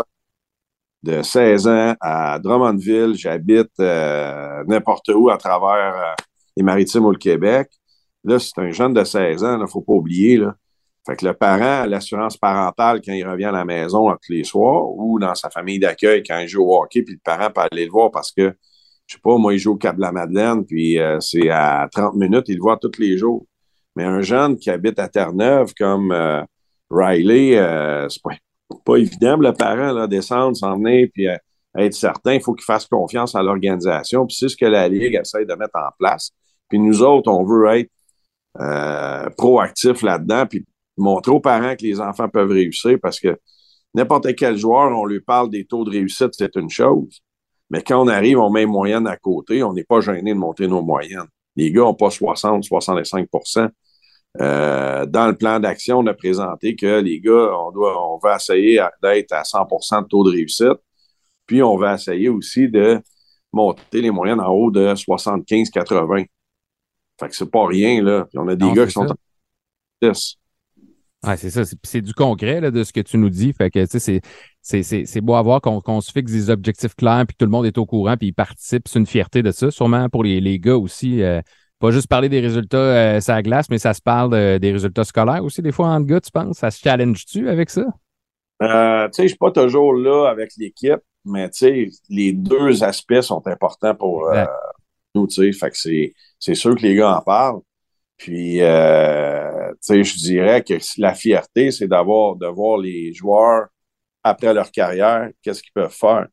de seize ans à Drummondville, j'habite euh, n'importe où à travers euh, les Maritimes ou le Québec. Là, c'est un jeune de seize ans, il ne faut pas oublier. Là. Fait que le parent a l'assurance parentale quand il revient à la maison tous les soirs ou dans sa famille d'accueil quand il joue au hockey, puis le parent peut aller le voir parce que, je sais pas, moi, il joue au Cap-de-la-Madeleine, puis euh, c'est à trente minutes, il le voit tous les jours. Mais un jeune qui habite à Terre-Neuve comme euh, Riley, euh, c'est pas, pas évident pour le parent, là, descendre, s'en venir, puis euh, être certain, il faut qu'il fasse confiance à l'organisation, puis c'est ce que la Ligue essaie de mettre en place. Puis nous autres, on veut être Euh, proactif là-dedans, puis montrer aux parents que les enfants peuvent réussir parce que n'importe quel joueur, on lui parle des taux de réussite, c'est une chose. Mais quand on arrive, on met une moyenne à côté, on n'est pas gêné de monter nos moyennes. Les gars n'ont pas soixante à soixante-cinq pour cent. Euh, dans le plan d'action, on a présenté que les gars, on doit, on va essayer d'être à cent pour cent de taux de réussite, puis on va essayer aussi de monter les moyennes en haut de soixante-quinze à quatre-vingts. Fait que c'est pas rien, là. Puis on a des non, gars qui ça. sont en dix. Ouais, c'est ça. C'est, c'est du concret là, de ce que tu nous dis. Fait que, tu sais, c'est, c'est, c'est, c'est beau à voir qu'on, qu'on se fixe des objectifs clairs puis que tout le monde est au courant puis il participe. C'est une fierté de ça. Sûrement pour les, les gars aussi. Euh, pas juste parler des résultats euh, sur la glace, mais ça se parle de, des résultats scolaires aussi. Des fois, entre gars, tu penses? Ça se challenge-tu avec ça? Euh, tu sais, je suis pas toujours là avec l'équipe, mais tu sais, les deux aspects sont importants pour euh, nous, tu sais. Fait que c'est, c'est sûr que les gars en parlent. Puis, euh, tu sais, je dirais que la fierté, c'est d'avoir, de voir les joueurs, après leur carrière, qu'est-ce qu'ils peuvent faire.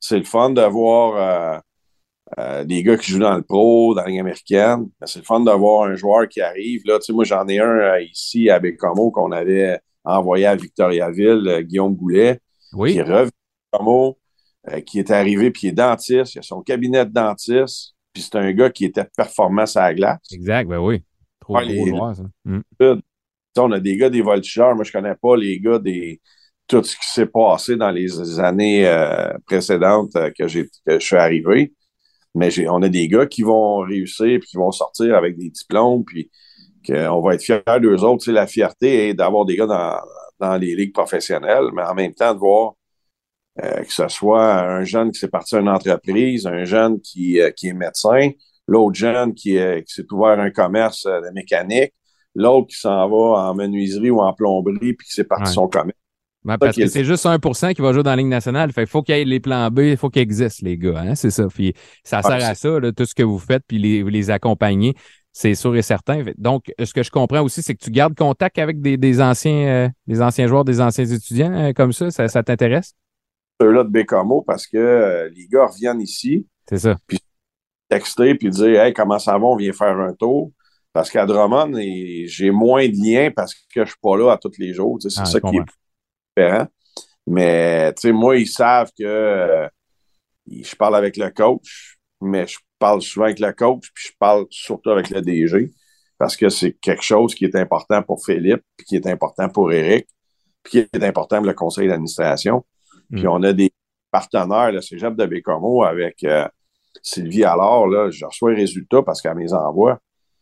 c'est le fun de voir euh, euh, des gars qui jouent dans le pro, dans la Ligue américaine. C'est le fun de voir un joueur qui arrive. Là, tu sais, moi, j'en ai un euh, ici à Bécomo qu'on avait envoyé à Victoriaville, euh, Guillaume Goulet, Oui. qui est revenu à Bécomo, euh, qui est arrivé, puis il est dentiste. Il a son cabinet de dentiste. Puis c'est un gars qui était performant sur la glace. Exact, ben oui. Trop Ouais, gros les- joueur, ça. Mm. On a des gars des voltigeurs. Moi, je connais pas les gars des tout ce qui s'est passé dans les années euh, précédentes euh, que, j'ai, que je suis arrivé. Mais j'ai, on a des gars qui vont réussir puis qui vont sortir avec des diplômes puis qu'on va être fiers d'eux autres. Tu sais, la fierté est d'avoir des gars dans, dans les ligues professionnelles, mais en même temps de voir euh, que ce soit un jeune qui s'est parti à une entreprise, un jeune qui, euh, qui est médecin, l'autre jeune qui, euh, qui s'est ouvert un commerce euh, de mécanique, l'autre qui s'en va en menuiserie ou en plomberie puis qui s'est parti Ouais. son commerce. Ben, parce qui est que le- c'est juste un pour cent qui va jouer dans la Ligue nationale. Fait qu'il faut qu'il y ait les plans B, il faut qu'ils existent, les gars. Hein? C'est ça. Puis ça sert Ouais, à ça, là, tout ce que vous faites, puis les, les accompagner, c'est sûr et certain. Fait- Donc, ce que je comprends aussi, c'est que tu gardes contact avec des, des anciens, euh, des anciens joueurs, des anciens étudiants euh, comme ça. Ça, ça t'intéresse? Ceux-là de Bécamo parce que euh, les gars reviennent ici, C'est ça. texter puis dire Hey, comment ça va, on vient faire un tour. Parce qu'à Drummond, et- j'ai moins de liens parce que je suis pas là à tous les jours. Tu sais, c'est Ah, ça je qui est comprends. différent. Mais tu sais, moi, ils savent que euh, je parle avec le coach, mais je parle souvent avec le coach, puis je parle surtout avec le D G. Parce que c'est quelque chose qui est important pour Philippe, puis qui est important pour Éric, puis qui est important pour le conseil d'administration. Puis Mm. on a des partenaires, le Cégep de Bécomo, avec euh, Sylvie Allard, là, je reçois les résultats parce qu'elle me les envoie.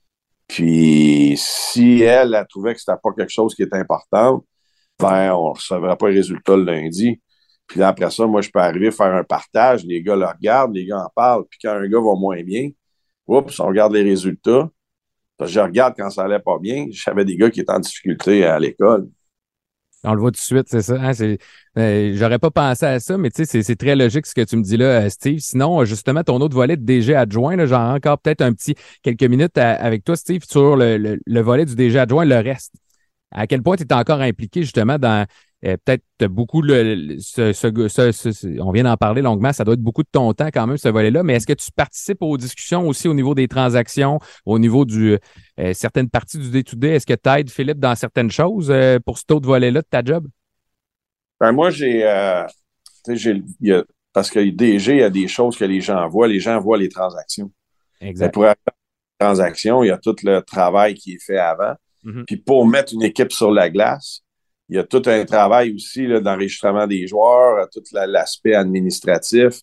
Puis si elle, elle trouvait que c'était pas quelque chose qui était important, ben, on ne recevra pas les résultats le lundi. Puis là, après ça, moi, je peux arriver faire un partage, les gars le regardent, les gars en parlent, puis quand un gars va moins bien, oups, on regarde les résultats. Parce que je regarde quand ça allait pas bien, j'avais des gars qui étaient en difficulté à l'école. On le voit tout de suite, c'est ça. Hein, c'est, euh, j'aurais pas pensé à ça, mais tu sais, c'est, c'est très logique ce que tu me dis là, euh, Steve. Sinon, justement, ton autre volet de D G adjoint, là, j'en ai encore peut-être un petit quelques minutes à- avec toi, Steve, sur le, le, le volet du D G adjoint, le reste. À quel point tu es encore impliqué justement dans euh, peut-être beaucoup le, le- ce, ce- ce- ce- ce- on vient d'en parler longuement, ça doit être beaucoup de ton temps quand même, ce volet-là, mais est-ce que tu participes aux discussions aussi au niveau des transactions, au niveau du euh, certaines parties du day-to-day? Est-ce que tu aides Philippe dans certaines choses euh, pour cet autre volet-là de ta job? Ben, moi, j'ai, euh, tu sais, j'ai, il y a- parce que D G, il y a des choses que les gens voient. Les gens voient les transactions. Mais Exact. pour avoir une transaction, il y a tout le travail qui est fait avant. Mhm. Puis pour mettre une équipe sur la glace, il y a tout un travail aussi là, d'enregistrement des joueurs, tout la- l'aspect administratif,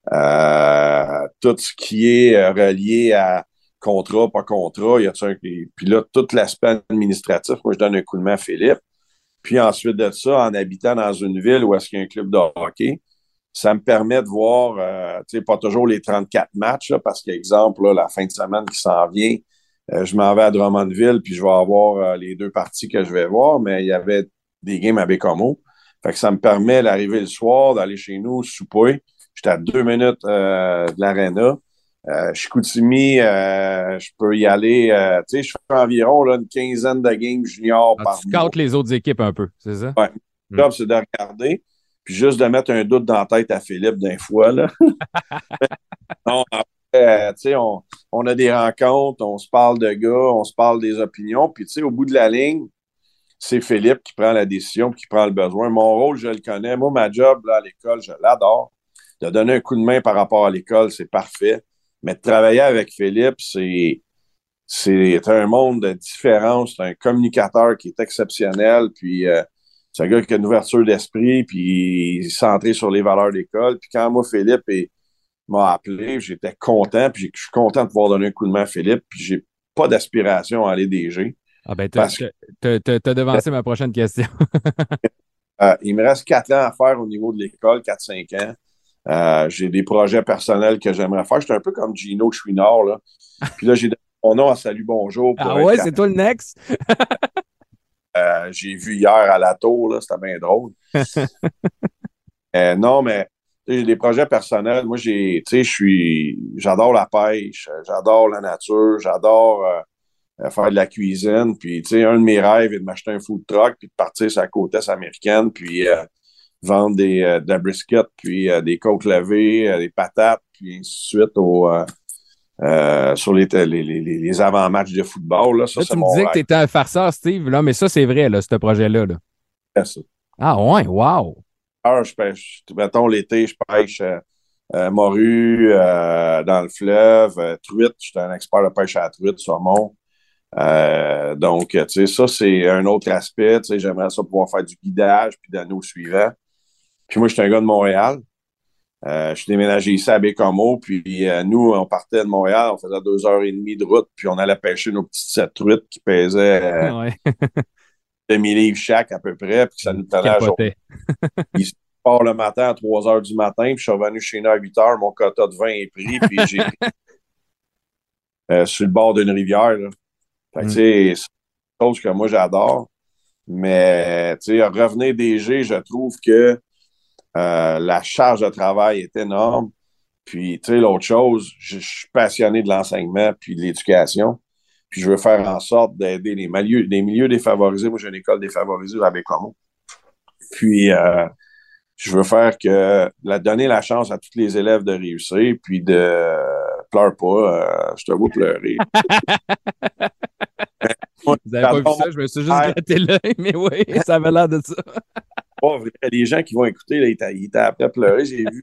euh, tout ce qui est euh, relié à contrat, pas contrat. Il y a un, puis là, tout l'aspect administratif, moi, je donne un coup de main à Philippe. Puis ensuite de ça, en habitant dans une ville où est-ce qu'il y a un club de hockey, ça me permet de voir, euh, tu sais, pas toujours les trente-quatre matchs, là, parce qu'exemple, là, la fin de semaine qui s'en vient, euh, je m'en vais à Drummondville, puis je vais avoir euh, les deux parties que je vais voir, mais il y avait des games à Bécomo. Fait que ça me permet d'arriver le soir, d'aller chez nous, souper. J'étais à deux minutes euh, de l'aréna. Euh, Chicoutimi, euh, je peux y aller. Euh, tu sais, je fais environ là, une quinzaine de games juniors Ah, par tu mois. scoutes les autres équipes un peu, c'est ça? Ouais. Mm. Le job, c'est de regarder, puis juste de mettre un doute dans la tête à Philippe d'un fois. Là. Non, après, euh, tu sais, on, on a des rencontres, on se parle de gars, on se parle des opinions, puis tu sais, au bout de la ligne, c'est Philippe qui prend la décision puis qui prend le besoin. Mon rôle, je le connais. Moi, ma job là, à l'école, je l'adore. De donner un coup de main par rapport à l'école, c'est parfait. Mais de travailler avec Philippe, c'est, c'est un monde de différence. C'est un communicateur qui est exceptionnel. Puis, euh, c'est un gars qui a une ouverture d'esprit, puis il est centré sur les valeurs d'école. Puis quand moi, Philippe est, m'a appelé, j'étais content, puis je suis content de pouvoir donner un coup de main à Philippe, puis j'ai pas d'aspiration à aller D G. Ah ben, t'as, Parce que t'as, t'as, t'as devancé ma prochaine question. euh, il me reste quatre ans à faire au niveau de l'école, quatre cinq ans. Euh, j'ai des projets personnels que j'aimerais faire. J'étais un peu comme Gino Chouinard, là. Puis là, j'ai donné mon nom à Salut Bonjour. Pour Ah être ouais, capable. c'est toi le next? Euh, j'ai vu hier à la tour, là, c'était bien drôle. Euh, non, mais tu sais, j'ai des projets personnels. Moi, j'ai, tu sais, je suis, j'adore la pêche, j'adore la nature, j'adore euh, faire de la cuisine. Puis, tu sais, un de mes rêves est de m'acheter un food truck puis de partir sur la côte est américaine, puis euh, vendre des, euh, de la brisket, puis euh, des côtes levées, euh, des patates, puis ainsi de suite au, euh, euh, sur les, les, les, les avant-matchs de football. Là, ça, Là, c'est tu me mon disais rêve. que tu étais un farceur, Steve, là, mais ça, c'est vrai, là, ce projet-là. Là. C'est ça. Ah ouais, wow! Alors, je pêche, mettons, l'été, je pêche euh, euh, morue euh, dans le fleuve, euh, truite, je suis un expert de pêche à la truite, saumon. Euh, donc, tu sais, ça, c'est un autre aspect. Tu sais, j'aimerais ça pouvoir faire du guidage puis d'anneaux suivants. Puis moi, je suis un gars de Montréal. Euh, je suis déménagé ici à Bécomo, puis euh, nous, on partait de Montréal, on faisait deux heures et demie de route, puis on allait pêcher nos petites sept truites qui pesaient euh, Ouais, demi-livres chaque à peu près, puis que ça nous tenait à jour. capotais. Il part le matin à trois heures du matin, puis je suis revenu chez nous à huit heures, mon quota de vin est pris, puis j'ai euh, sur le bord d'une rivière. Là. Fait que, Mm. tu sais, c'est une chose que moi j'adore, mais tu sais, revenir D G, je trouve que euh, la charge de travail est énorme. Puis, tu sais, l'autre chose, je, je suis passionné de l'enseignement puis de l'éducation. Puis, je veux faire en sorte d'aider les milieux, les milieux défavorisés. Moi, j'ai une école défavorisée à Bécomo. Puis, euh, je veux faire que, la, donner la chance à tous les élèves de réussir, puis de euh, pleure pas, euh, je te vois pleurer. Moi, Vous n'avez pas vu j'adore ça, je me suis juste mon- gratté l'œil, mais oui, ça avait l'air de ça. pas vrai. Les gens qui vont écouter, là, ils étaient, ils étaient après à pleurer, j'ai vu.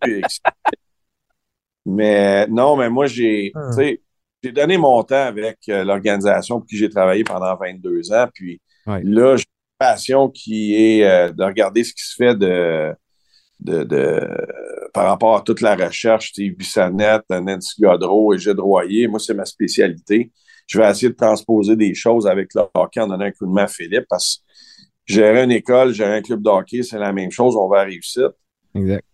Mais non, mais moi, j'ai, Ah. tu sais, j'ai donné mon temps avec euh, l'organisation pour qui j'ai travaillé pendant vingt-deux ans. Puis Ouais. là, j'ai une passion qui est euh, de regarder ce qui se fait de, de, de par rapport à toute la recherche, Steve Bissonnette, Nancy Godreau et Gilles Royer. Moi, c'est ma spécialité. Je vais essayer de transposer des choses avec le hockey en donnant un coup de main à Philippe parce que gérer une école, gérer un club de hockey, c'est la même chose. On va réussir. Exact.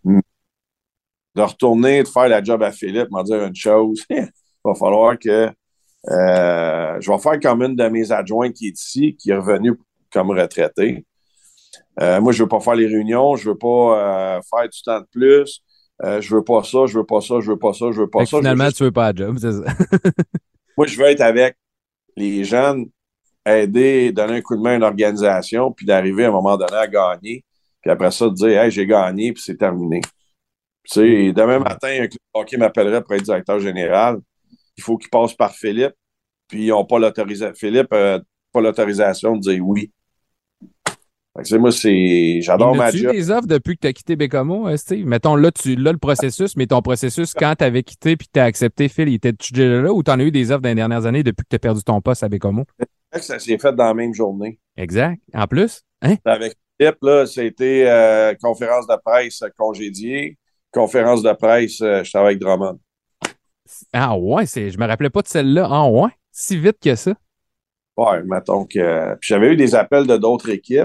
De retourner, de faire la job à Philippe, m'en dire une chose, il va falloir que euh, je vais faire comme une de mes adjointes qui est ici, qui est revenue comme retraité. Euh, moi, je veux pas faire les réunions, je veux pas euh, faire du temps de plus, euh, je veux pas ça, je veux pas ça, je veux pas ça, je veux pas Fait que ça. Je veux finalement, juste- tu veux pas la job, c'est ça. Moi, je veux être avec les jeunes, aider, donner un coup de main à une organisation, puis d'arriver à un moment donné à gagner, puis après ça, de dire, hey, j'ai gagné, puis c'est terminé. Tu sais, demain matin, un club de hockey m'appellerait pour être directeur général. Il faut qu'il passe par Philippe, puis ils n'ont pas l'autorisation. Philippe n'a pas l'autorisation de dire oui. Fait que, tu sais, moi, c'est. J'adore ma As-tu eu job. des offres depuis que tu as quitté Bécomo, euh, Steve? Mettons, là, tu là le processus, mais ton processus, quand tu avais quitté puis que tu as accepté Phil, il était-tu déjà là ou tu en as eu des offres dans les dernières années depuis que tu as perdu ton poste à Bécomo? Fait que ça s'est fait dans la même journée. Exact. En plus? Hein? Avec Philippe, là, c'était euh, conférence de presse congédiée, conférence de presse, euh, je travaille avec Drummond. Ah ouais, c'est, je me rappelais pas de celle-là. Ah ouais? Si vite que ça? Ouais, mettons que. Puis j'avais eu des appels de d'autres équipes,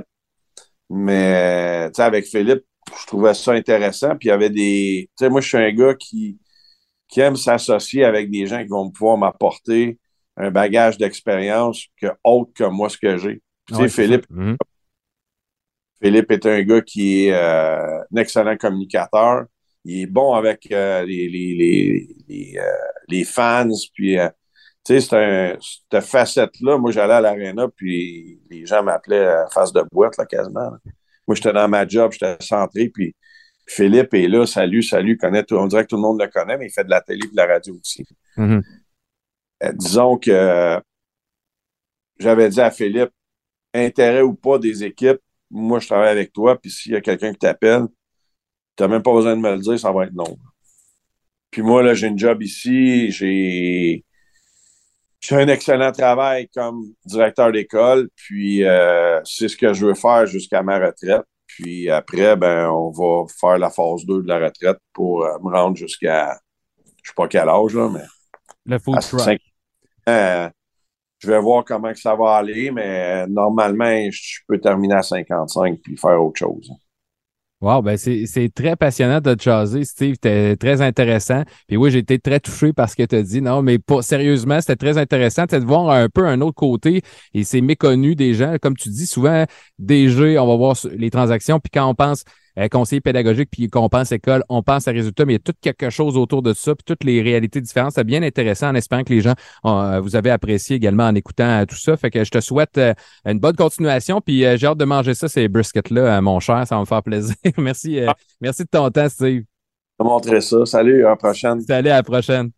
mais tu sais, avec Philippe, je trouvais ça intéressant. Puis il y avait des. Tu sais, moi, je suis un gars qui, qui aime s'associer avec des gens qui vont pouvoir m'apporter un bagage d'expérience que autre que moi ce que j'ai. Puis, tu sais, Ouais, c'est Philippe, ça. Mhm. Philippe est un gars qui est euh, un excellent communicateur. Il est bon avec euh, les, les, les, les, euh, les fans. Puis, euh, tu sais, c'est un, cette facette-là. Moi, j'allais à l'aréna, puis les gens m'appelaient euh, face de boîte, là, quasiment. Là. Moi, j'étais dans ma job, j'étais centré, puis Philippe est là, salut, salut, connaît tout, on dirait que tout le monde le connaît, mais il fait de la télé et de la radio aussi. Mhm. Euh, disons que euh, j'avais dit à Philippe, intérêt ou pas des équipes, moi, je travaille avec toi, puis s'il y a quelqu'un qui t'appelle, tu n'as même pas besoin de me le dire, ça va être non. Puis moi, là, j'ai une job ici, j'ai, j'ai un excellent travail comme directeur d'école, puis euh, c'est ce que je veux faire jusqu'à ma retraite. Puis après, ben, on va faire la phase deux de la retraite pour euh, me rendre jusqu'à, je sais pas quel âge, là, mais Le food à truck. cinq ans, euh, je vais voir comment que ça va aller, mais normalement, je peux terminer à cinquante-cinq puis faire autre chose. Wow, ben c'est, c'est très passionnant de te jaser, Steve. C'était très intéressant. Puis oui, j'ai été très touché par ce que tu as dit. Non, mais pas sérieusement, c'était très intéressant de voir un peu un autre côté. Et c'est méconnu des gens. Comme tu dis, souvent, D G, on va voir les transactions. Puis quand on pense euh, conseiller pédagogique, puis qu'on pense école, on pense à résultats, mais il y a tout quelque chose autour de ça, puis toutes les réalités différentes. C'est bien intéressant en espérant que les gens, euh, vous avez apprécié également en écoutant euh, tout ça. Fait que je te souhaite euh, une bonne continuation, puis euh, j'ai hâte de manger ça, ces briskets-là, euh, mon cher, ça va me faire plaisir. merci, euh, merci de ton temps, Steve. Je vais montrer ça. Salut, à la prochaine. Salut, à la prochaine.